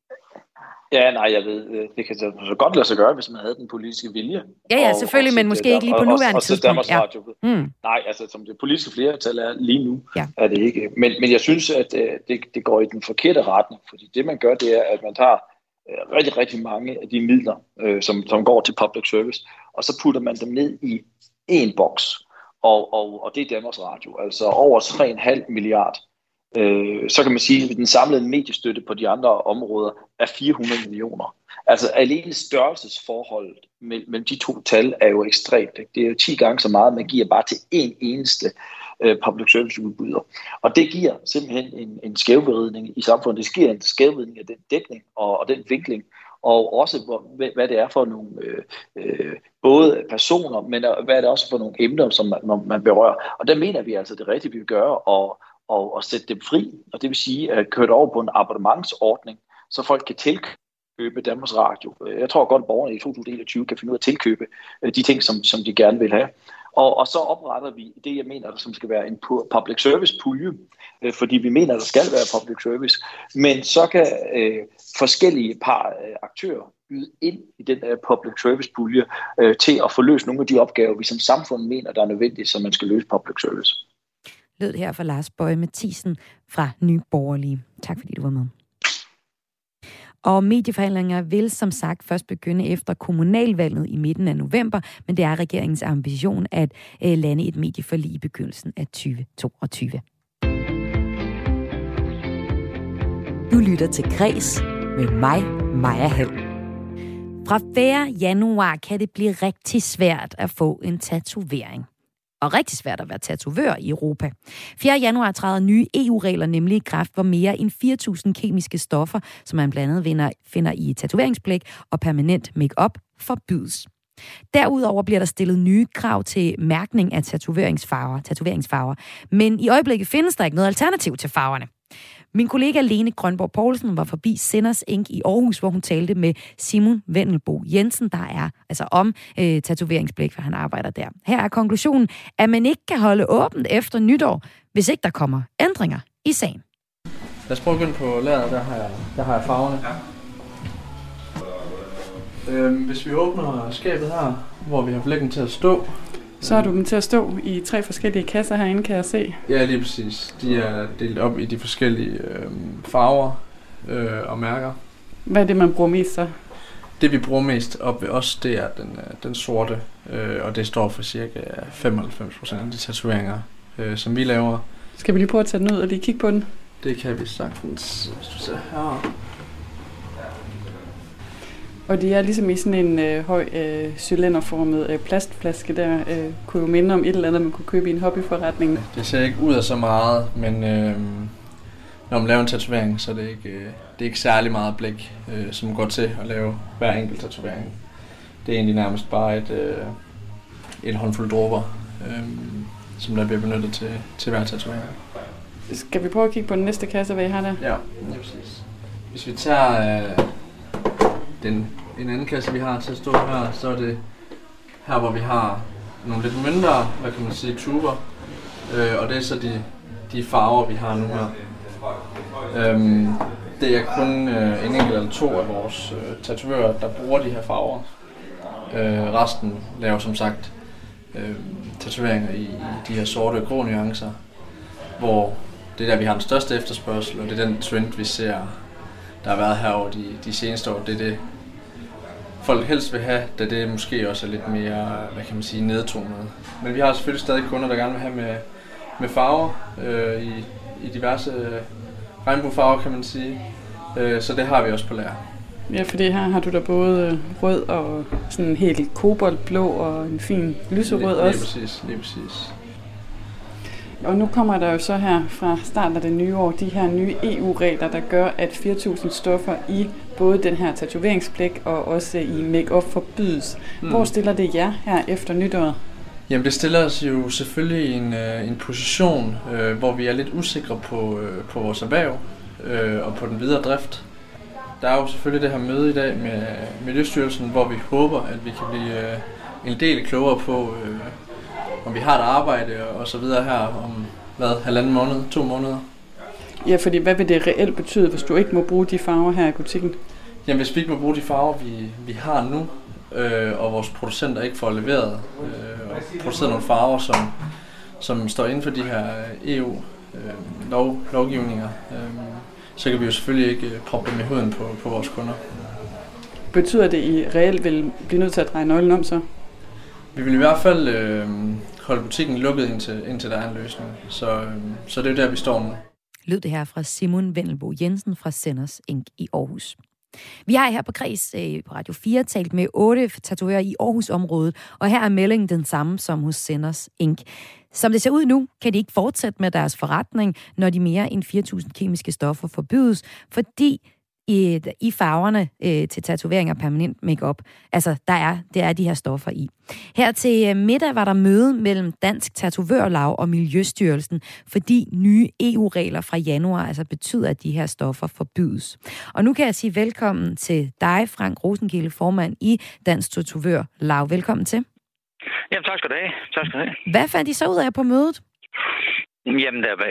Ja, nej, jeg ved, det kan så godt lade sig gøre, hvis man havde den politiske vilje. Ja, selvfølgelig, men måske ikke lige på nuværende tidspunkt. Ja. Nej, altså som det politiske flertal er lige nu, er det ikke. Men jeg synes, at det går i den forkerte retning, fordi det man gør, det er, at man tager rigtig, rigtig mange af de midler, som går til public service, og så putter man dem ned i en boks, og det er Danmarks Radio, altså over 3,5 milliard. Så kan man sige, at den samlede mediestøtte på de andre områder er 400 millioner. Altså alene størrelsesforholdet mellem de 2 tal er jo ekstremt. Det er jo 10 gange så meget, man giver bare til en eneste public service udbyder. Og det giver simpelthen en skævvridning i samfundet. Det giver en skævvridning af den dækning og den vinkling, og også hvad det er for nogle både personer, men hvad det er også for nogle emner, som man berører. Og der mener vi altså, det rigtige vi vil gøre, og sætte dem fri, og det vil sige at køre over på en abonnementsordning, så folk kan tilkøbe Danmarks Radio. Jeg tror godt, at borgerne i 2021 kan finde ud af at tilkøbe de ting, som de gerne vil have. Og så opretter vi det, jeg mener, som skal være en public service pulje, fordi vi mener, at der skal være public service, men så kan forskellige aktører byde ind i den public service pulje til at få løst nogle af de opgaver, vi som samfund mener, der er nødvendige, så man skal løse public service. Lød her fra Lars Boje Mathiesen fra Nye Borgerlige. Tak fordi du var med. Og medieforhandlinger vil som sagt først begynde efter kommunalvalget i midten af november, men det er regeringens ambition at lande et medieforlig i begyndelsen af 2022. Du lytter til Kreds med mig, Maja Hall. Fra 4. januar kan det blive rigtig svært at få en tatovering. Og rigtig svært at være tatovør i Europa. 4. januar træder nye EU-regler nemlig i kraft, hvor mere end 4.000 kemiske stoffer, som man blandt andet finder i tatoveringsblæk og permanent make-up, forbydes. Derudover bliver der stillet nye krav til mærkning af tatoveringsfarver. Men i øjeblikket findes der ikke noget alternativ til farverne. Min kollega Lene Grønborg Poulsen var forbi Sinners Ink i Aarhus, hvor hun talte med Simon Vendelbo Jensen, der er altså om tatoveringsblæk, for han arbejder der. Her er konklusionen, at man ikke kan holde åbent efter nytår, hvis ikke der kommer ændringer i sagen. Lad os prøve at begynde på lageret, der har jeg farverne. Hvis vi åbner skabet her, hvor vi har blækken til at stå, så har du dem til at stå i 3 forskellige kasser herinde, kan jeg se. Ja, lige præcis. De er delt op i de forskellige farver og mærker. Hvad er det, man bruger mest så? Det vi bruger mest op ved os, det er den sorte, og det står for cirka 95% af de tatoveringer, som vi laver. Skal vi lige prøve at tage den ud og lige kigge på den? Det kan vi sagtens, hvis du ser her. Og de er ligesom i sådan en høj cylinderformet plastflaske der. Kunne jo minde om et eller andet, man kunne købe i en hobbyforretning. Det ser ikke ud af så meget, men når man laver en tatovering, så er det er ikke særlig meget blæk, som går til at lave hver enkelt tatovering. Det er egentlig nærmest bare et håndfuld dråber, som der bliver benyttet til hver tatovering. Skal vi prøve at kigge på den næste kasse, hvad I har der? Ja, præcis. Hvis vi tager en anden kasse, vi har til at stå her, så er det her, hvor vi har nogle lidt mindre, hvad kan man sige, tuber. Og det er så de farver, vi har nu her. Det er kun en enkelt eller 2 af vores tatovører, der bruger de her farver. Resten laver som sagt tatoveringer i de her sorte og grå nuancer, hvor det er der, vi har den største efterspørgsel, og det er den trend, vi ser, der har været her over de seneste år. Det er det, folk helst vil have, da det måske også er lidt mere, hvad kan man sige, nedtonet. Men vi har selvfølgelig stadig kunder, der gerne vil have med farver i diverse regnbuefarver, kan man sige. Så det har vi også på lager. Ja, fordi her har du da både rød og sådan helt koboldblå og en fin lyserød også. Lige præcis. Og nu kommer der jo så her fra starten af det nye år de her nye EU-regler, der gør, at 4.000 stoffer i både den her tatoveringsblæk og også i make-up forbydes. Hvor stiller det jer her efter nytåret? Jamen det stiller os jo selvfølgelig i en position, hvor vi er lidt usikre på vores erhverv og på den videre drift. Der er jo selvfølgelig det her møde i dag med Miljøstyrelsen, hvor vi håber, at vi kan blive en del klogere på, om vi har et arbejde og så videre her om 1,5 måned, 2 måneder. Ja, fordi hvad vil det reelt betyde, hvis du ikke må bruge de farver her i butikken? Jamen hvis vi ikke må bruge de farver, vi har nu, og vores producenter ikke får leveret og produceret nogle farver, som står inden for de her EU-lovgivninger, så kan vi jo selvfølgelig ikke proppe dem i huden på vores kunder. Betyder det, at I reelt vil blive nødt til at dreje nøglen om så? Vi vil i hvert fald holde butikken lukket indtil der er en løsning. Så det er jo der, vi står nu. Lød det her fra Simon Vendelbo Jensen fra Senders Inc. i Aarhus. Vi har her på Kreds på Radio 4 talt med 8 tatovører i Aarhus-området, og her er meldingen den samme som hos Senders Inc. Som det ser ud nu, kan de ikke fortsætte med deres forretning, når de mere end 4.000 kemiske stoffer forbydes, fordi i farverne til tatovering og permanent makeup, altså det er de her stoffer i. Her til middag var der møde mellem Dansk Tatovørlaug og Miljøstyrelsen, fordi nye EU-regler fra januar altså betyder, at de her stoffer forbydes. Og nu kan jeg sige velkommen til dig, Frank Rosenkilde, formand i Dansk Tatovørlaug. Velkommen til. Jamen, tak skal du have. Tak skal du have. Hvad fandt I så ud af på mødet? Jamen, der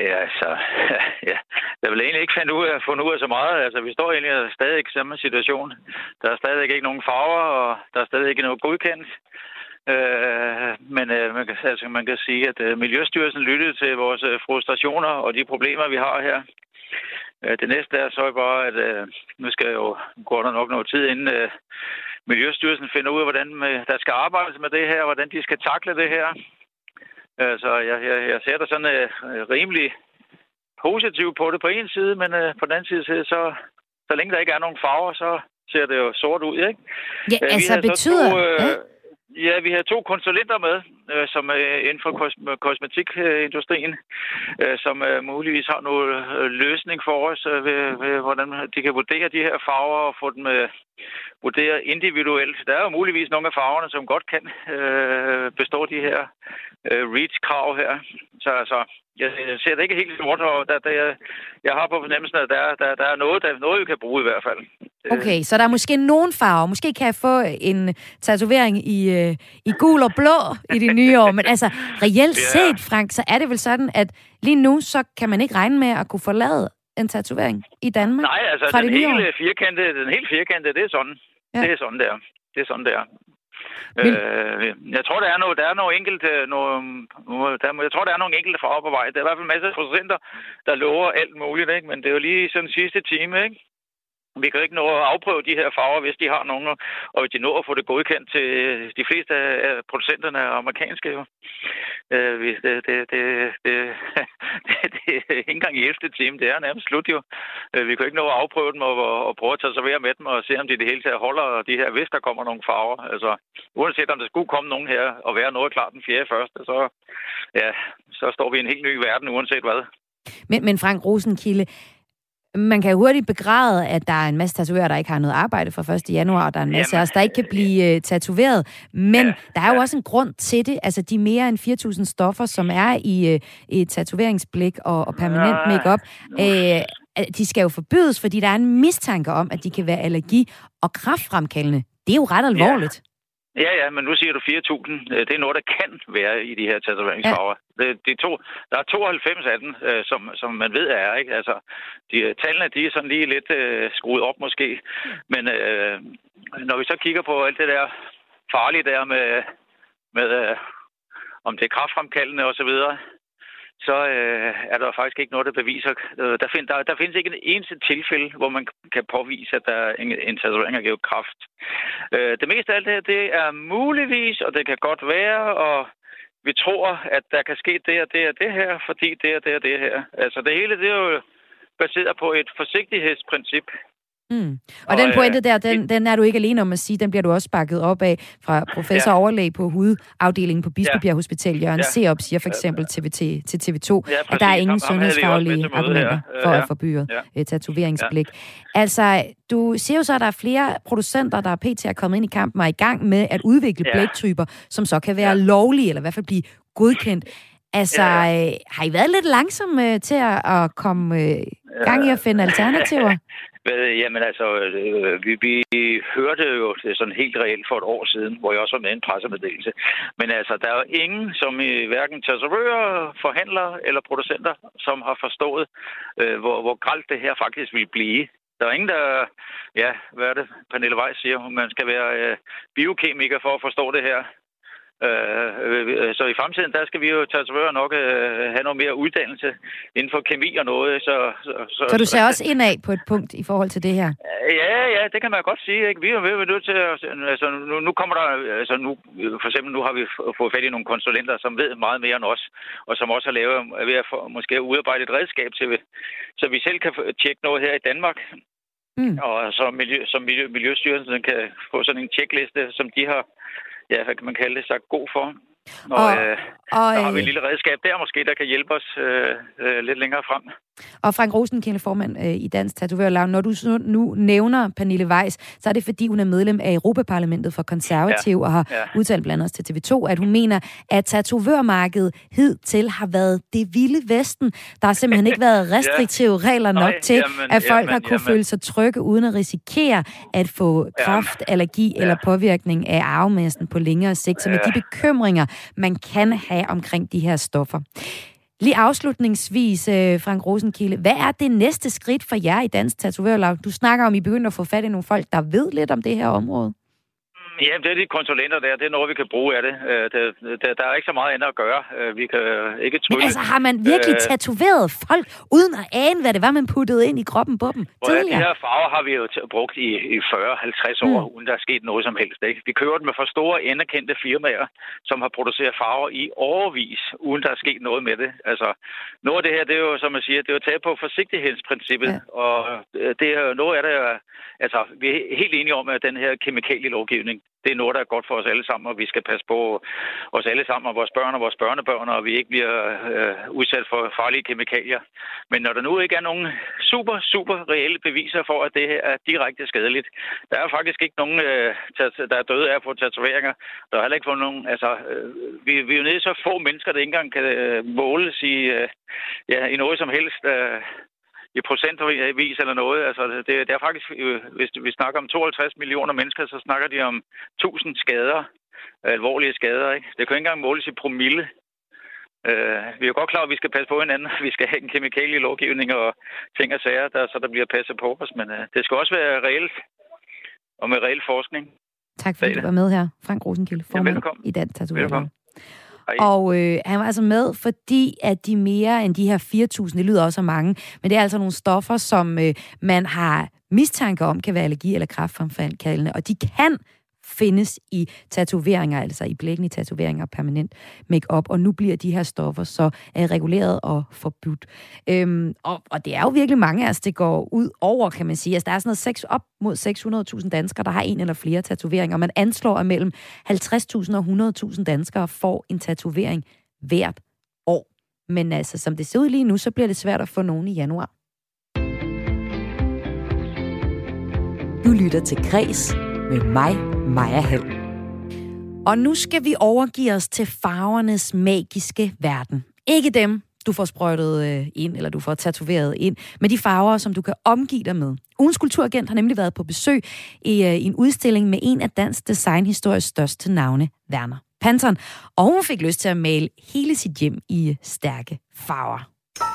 vil egentlig ikke fundet ud af så meget. Altså, vi står egentlig stadig i samme situation. Der er stadig ikke nogen farver, og der er stadig ikke noget godkendt. Men man kan sige, at Miljøstyrelsen lyttede til vores frustrationer og de problemer, vi har her. Det næste er så bare, at nu skal jo gå der nok noget tid, inden Miljøstyrelsen finder ud af, hvordan der skal arbejdes med det her, og hvordan de skal takle det her. Så jeg ser der sådan rimelig positivt på det på en side, men på den anden side, så længe der ikke er nogen farver, så ser det jo sort ud, ikke? Ja, altså betyder... Ja, vi har 2 konsulenter med, som inden for kosmetikindustrien, som muligvis har noget løsning for os, ved hvordan de kan vurdere de her farver og få dem vurderet individuelt. Der er jo muligvis nogle af farverne, som godt kan bestå de her REACH-krav her. Så altså, jeg ser det ikke helt sort, og jeg har på fornemmelsen, at der er noget, vi kan bruge i hvert fald. Okay, så der er måske nogen farver. Måske kan jeg få en tatovering i gul og blå i det nye år. Men altså, reelt set, Frank, så er det vel sådan, at lige nu, så kan man ikke regne med at kunne forlade en tatovering i Danmark? Nej, altså, fra den helt firkantede, det er sådan. Ja. Det er sådan, der. Det er sådan, der. Jeg tror, der er nogle enkelte farver på vej. Der er i hvert fald masser af producenter, der lover alt muligt, ikke? Men det er jo lige sådan sidste time, ikke? Vi kan ikke nå at afprøve de her farver, hvis de har nogen, og hvis de når at få det godkendt til de fleste af producenterne er amerikanske. Jo. Det er ikke engang i 11. time, det er nærmest slut jo. Vi kan ikke nå at afprøve dem og prøve at tatovere med dem og se, om de det hele taget holder de her, hvis der kommer nogle farver. Altså, uanset om der skulle komme nogen her og være noget klart den 4.1., så står vi i en helt ny verden, uanset hvad. Men Frank Rosenkilde, man kan jo hurtigt begræde, at der er en masse tatovører, der ikke har noget arbejde fra 1. januar, og der er en masse af os, der ikke kan blive tatoveret. Men der er jo også en grund til det. Altså de mere end 4.000 stoffer, som er i tatoveringsblik og permanent make-up, de skal jo forbydes, fordi der er en mistanke om, at de kan være allergi- og kræftfremkaldende. Det er jo ret alvorligt. Ja, men nu siger du 4.000. Det er noget, der kan være i de her tatoveringsfarver. Ja. Der er 92 af dem, som man ved er, ikke? Altså, tallene, de er sådan lige lidt skruet op måske. Men når vi så kigger på alt det der farlige der med om det er kræftfremkaldende og så videre, så er der faktisk ikke noget, der beviser. Der findes ikke en eneste tilfælde, hvor man kan påvise, at der er en tatovering har givet kræft. Det meste af alt det her, det er muligvis, og det kan godt være, og vi tror, at der kan ske det og det og det her, fordi det og det og det her. Altså det hele, det er jo baseret på et forsigtighedsprincip. Og den pointe der, den er du ikke alene om at sige, den bliver du også bakket op af fra professor overlæge på hudafdelingen på Bispebjerg Hospital, Jørgen Serup, siger for eksempel til TV2, at der er ingen sundhedsfaglige argumenter for at forbyde tatoveringsblæk. Altså, du siger jo så, at der er flere producenter, der pt. Er kommet ind i kampen og er i gang med at udvikle blæktyper, som så kan være lovlige, eller i hvert fald blive godkendt. Altså, har I været lidt langsomme til at komme gang i at finde alternativer? Jamen altså, vi hørte jo det sådan helt reelt for et år siden, hvor jeg også var med i en pressemeddelelse. Men altså, der er jo ingen, som i hverken tatovører, forhandlere eller producenter, som har forstået, hvor grelt det her faktisk vil blive. Der er ingen, der... Ja, hvad er det? Pernille Weiss siger, man skal være biokemiker for at forstå det her. Så i fremtiden, der skal vi jo tatovører nok have noget mere uddannelse inden for kemi og noget. Så du ser også indad på et punkt i forhold til det her? Ja, det kan man godt sige. Ikke? Vi er jo nødt til at... Altså, nu kommer der... Altså, for eksempel, nu har vi fået fat i nogle konsulenter, som ved meget mere end os, og som også har lavet ved at måske udarbejde et redskab til, så vi selv kan tjekke noget her i Danmark. Og så Miljøstyrelsen kan få sådan en tjekliste, som de har... Ja, hvad kan man kalde det, sagt god for. Og der har vi et lille redskab der måske, der kan hjælpe os lidt længere frem. Og Frank Rosenkilde, formand i Dansk Tatovørlaug, når du nu nævner Pernille Weiss, så er det fordi, hun er medlem af Europaparlamentet for Konservativ og har udtalt blandt andet til TV2, at hun mener, at tatovørmarkedet hidtil har været det vilde vesten. Der har simpelthen ikke været restriktive regler nok til, at folk har kunne føle sig trygge, uden at risikere at få kræft, allergi eller påvirkning af arvemassen på længere sigt, så med de bekymringer, man kan have omkring de her stoffer. Lige afslutningsvis, Frank Rosenkilde, hvad er det næste skridt for jer i Dansk Tatovørlaug? Du snakker om, I begynder at få fat i nogle folk, der ved lidt om det her område. Ja, det er de konsulenter der. Det er noget, vi kan bruge af det. Der er ikke så meget andet at gøre. Vi kan ikke trylle. Men altså, har man virkelig tatoveret folk, uden at ane, hvad det var, man puttede ind i kroppen på dem tidligere? De her farver har vi jo brugt i 40-50 år, uden der er sket noget som helst. Ikke? Vi kører dem med for store, anerkendte firmaer, som har produceret farver i årevis, uden der er sket noget med det. Altså, noget af det her, det er jo, som man siger, det er jo taget på forsigtighedsprincippet. Og det er jo noget af det, altså, vi er helt enige om, at den her kemikalielovgivning, det er noget, der er godt for os alle sammen, og vi skal passe på os alle sammen og vores børn og vores børnebørn, og vi ikke bliver udsat for farlige kemikalier. Men når der nu ikke er nogen super reelle beviser for, at det her er direkte skadeligt, der er faktisk ikke nogen, der er døde af at få tatoveringer. Der er heller ikke fået nogen, altså, vi er jo nede i så få mennesker, der ikke engang kan måles i noget som helst... i procentvis eller noget. Altså, det er faktisk, hvis vi snakker om 52 millioner mennesker, så snakker de om 1000 skader, alvorlige skader. Ikke? Det kan ikke engang måles i promille. Vi er jo godt klar, at vi skal passe på hinanden. Vi skal have en kemikalielovgivning og ting og sager, så der bliver passet på os. Men det skal også være reelt og med reel forskning. Tak fordi du var med her, Frank Rosenkilde, formand i Dansk Tatovørlaug. Og han var altså med, fordi at de mere end de her 4.000, det lyder også af mange, men det er altså nogle stoffer, som man har mistanke om, kan være allergi- eller kræftfremkaldende, og de kan findes i tatoveringer, altså i blækkende tatoveringer og permanent make-up, og nu bliver de her stoffer så reguleret og forbudt. Og det er jo virkelig mange af os, det går ud over, kan man sige. Altså, der er sådan noget op mod 600.000 danskere, der har en eller flere tatoveringer. Man anslår, at mellem 50.000 og 100.000 danskere får en tatovering hvert år. Men altså, som det ser ud lige nu, så bliver det svært at få nogen i januar. Du lytter til Græs med mig, Maja Hall. Og nu skal vi overgive os til farvernes magiske verden. Ikke dem, du får sprøjtet ind, eller du får tatoveret ind, men de farver, som du kan omgive dig med. Ugens kulturagent har nemlig været på besøg i en udstilling med en af dansk designhistories største navne, Werner Panton. Og hun fik lyst til at male hele sit hjem i stærke farver.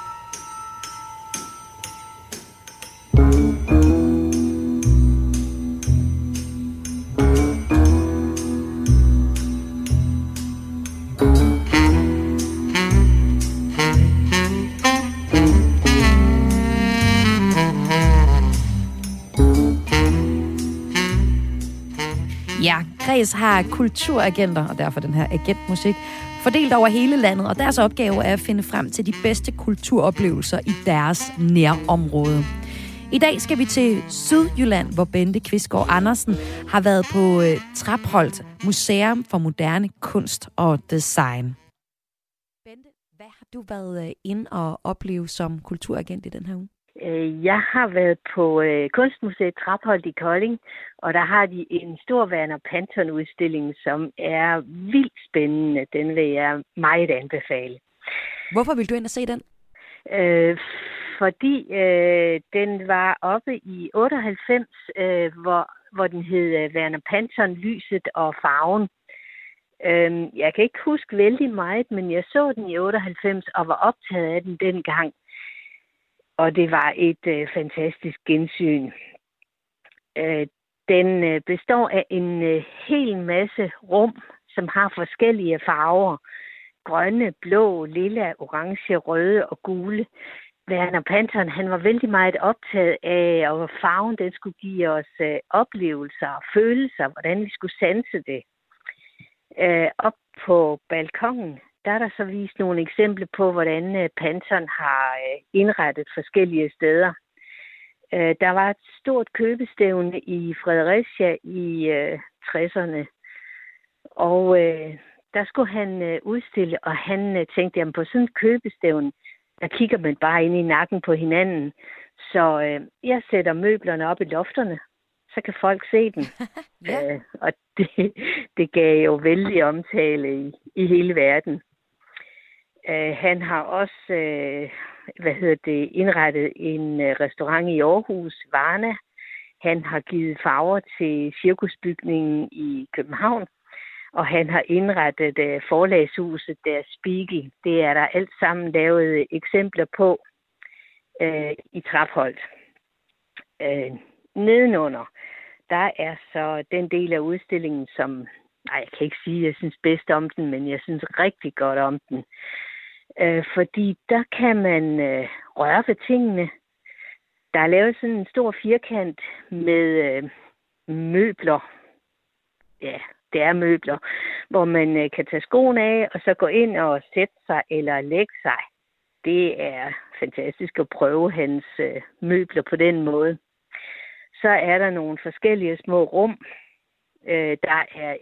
Ja, Græs har kulturagenter, og derfor den her agentmusik, fordelt over hele landet, og deres opgave er at finde frem til de bedste kulturoplevelser i deres nærområde. I dag skal vi til Sydjylland, hvor Bente Kvistgaard Andersen har været på Trapholt Museum for Moderne Kunst og Design. Bente, hvad har du været inde og opleve som kulturagent i den her uge? Jeg har været på Kunstmuseet Trapholt i Kolding, og der har de en stor Werner Panton-udstilling, som er vildt spændende. Den vil jeg meget anbefale. Hvorfor vil du ind og se den? Fordi den var oppe i 98, hvor den hed Werner Panton, Lyset og Farven. Jeg kan ikke huske vældig meget, men jeg så den i 98 og var optaget af den dengang. Og det var et fantastisk gensyn. Den består af en hel masse rum, som har forskellige farver. Grønne, blå, lilla, orange, røde og gule. Werner Panton, han var vældig meget optaget af, og farven den skulle give os oplevelser og følelser, hvordan vi skulle sanse det. Op på balkongen, der er der så vist nogle eksempler på, hvordan Panton har indrettet forskellige steder. Der var et stort købestævne i Fredericia i 60'erne, og der skulle han udstille, og han tænkte, jamen på sådan et købestævne, der kigger man bare ind i nakken på hinanden. Så jeg sætter møblerne op i lofterne, så kan folk se dem. Ja. Og det gav jo vældig omtale i hele verden. Han har også indrettet en restaurant i Aarhus, Varna. Han har givet farver til cirkusbygningen i København. Og han har indrettet forlagshuset Der Spiegel. Det er der alt sammen lavet eksempler på i Trapholt. Nedenunder, der er så den del af udstillingen, som, jeg kan ikke sige, at jeg synes bedst om den, men jeg synes rigtig godt om den. Fordi der kan man røre ved tingene. Der er lavet sådan en stor firkant med møbler. Ja, det er møbler, hvor man kan tage skoene af, og så gå ind og sætte sig eller lægge sig. Det er fantastisk at prøve hans møbler på den måde. Så er der nogle forskellige små rum. Der er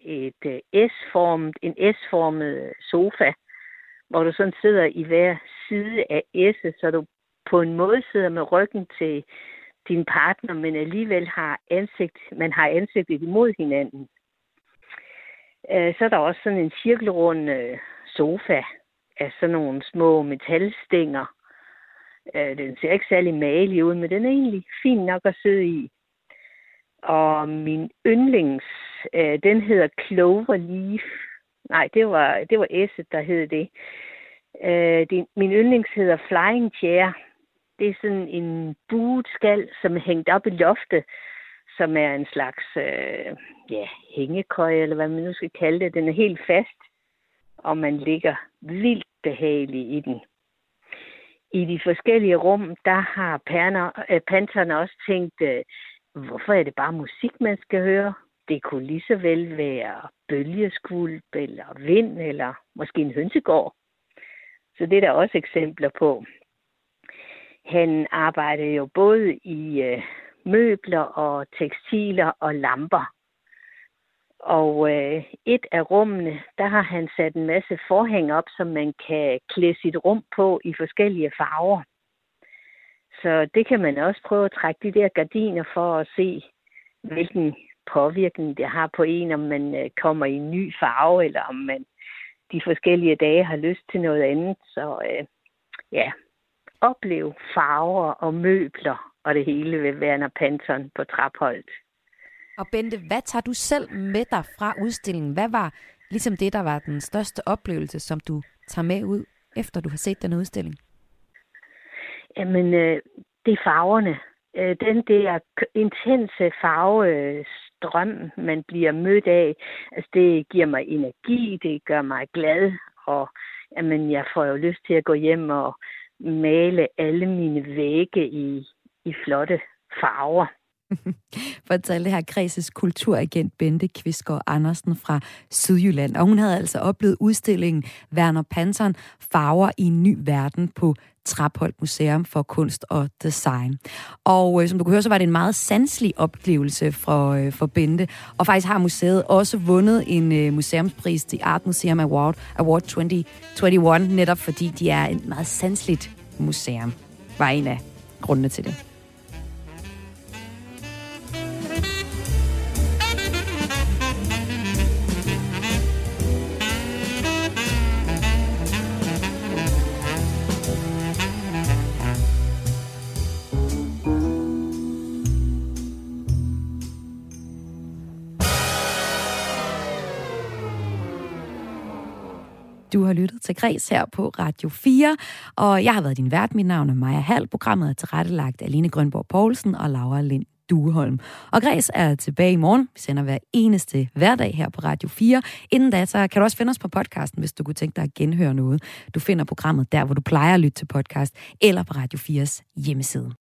en S-formet sofa, hvor du sådan sidder i hver side af S'et, så du på en måde sidder med ryggen til din partner, men alligevel man har ansigtet imod hinanden. Så er der også sådan en cirkelrund sofa af sådan nogle små metalstænger. Den ser ikke særlig magelig ud, men den er egentlig fin nok at sidde i. Og min yndlings, den hedder Cloverleaf. Nej, det var S'et, der hed det. Min yndlings hedder Flying Chair. Det er sådan en buet skal, som er hængt op i loftet, som er en slags hængekøje, eller hvad man nu skal kalde det. Den er helt fast, og man ligger vildt behageligt i den. I de forskellige rum, der har Panton også tænkt, hvorfor er det bare musik, man skal høre? Det kunne lige så vel være bølgeskvulp, eller vind, eller måske en hønsegård. Så det er der også eksempler på. Han arbejdede jo både i møbler og tekstiler og lamper. Og et af rummene, der har han sat en masse forhæng op, som man kan klæde sit rum på i forskellige farver. Så det kan man også prøve at trække de der gardiner for at se, hvilken påvirkning det har på en, om man kommer i en ny farve, eller om man de forskellige dage har lyst til noget andet. Så oplev farver og møbler og det hele ved Werner Panton på Trapholt. Og Bente, hvad tager du selv med dig fra udstillingen? Hvad var ligesom det, der var den største oplevelse, som du tager med ud, efter du har set den udstilling? Jamen, det er farverne. Den der intense farvestrøm, man bliver mødt af, altså det giver mig energi, det gør mig glad, og jamen, jeg får jo lyst til at gå hjem og male alle mine vægge i flotte farver. Fortalte her Kredses kulturagent Bente Kvistgaard Andersen fra Sydjylland. Og hun havde altså oplevet udstillingen Werner Panton, Farver i en ny verden på Trapholt Museum for Kunst og Design. Og som du kan høre, så var det en meget sanselig oplevelse for Bente. Og faktisk har museet også vundet en museumspris, The Art Museum Award 2021, netop fordi de er et meget sansligt museum. Var en af grundene til det. Du har lyttet til Græs her på Radio 4, og jeg har været din vært. Mit navn er Maja Hall. Programmet er tilrettelagt af Line Grønborg Poulsen og Laura Lind Dueholm. Og Græs er tilbage i morgen. Vi sender hver eneste hverdag her på Radio 4. Inden da, så kan du også finde os på podcasten, hvis du kunne tænke dig at genhøre noget. Du finder programmet der, hvor du plejer at lytte til podcast, eller på Radio 4's hjemmeside.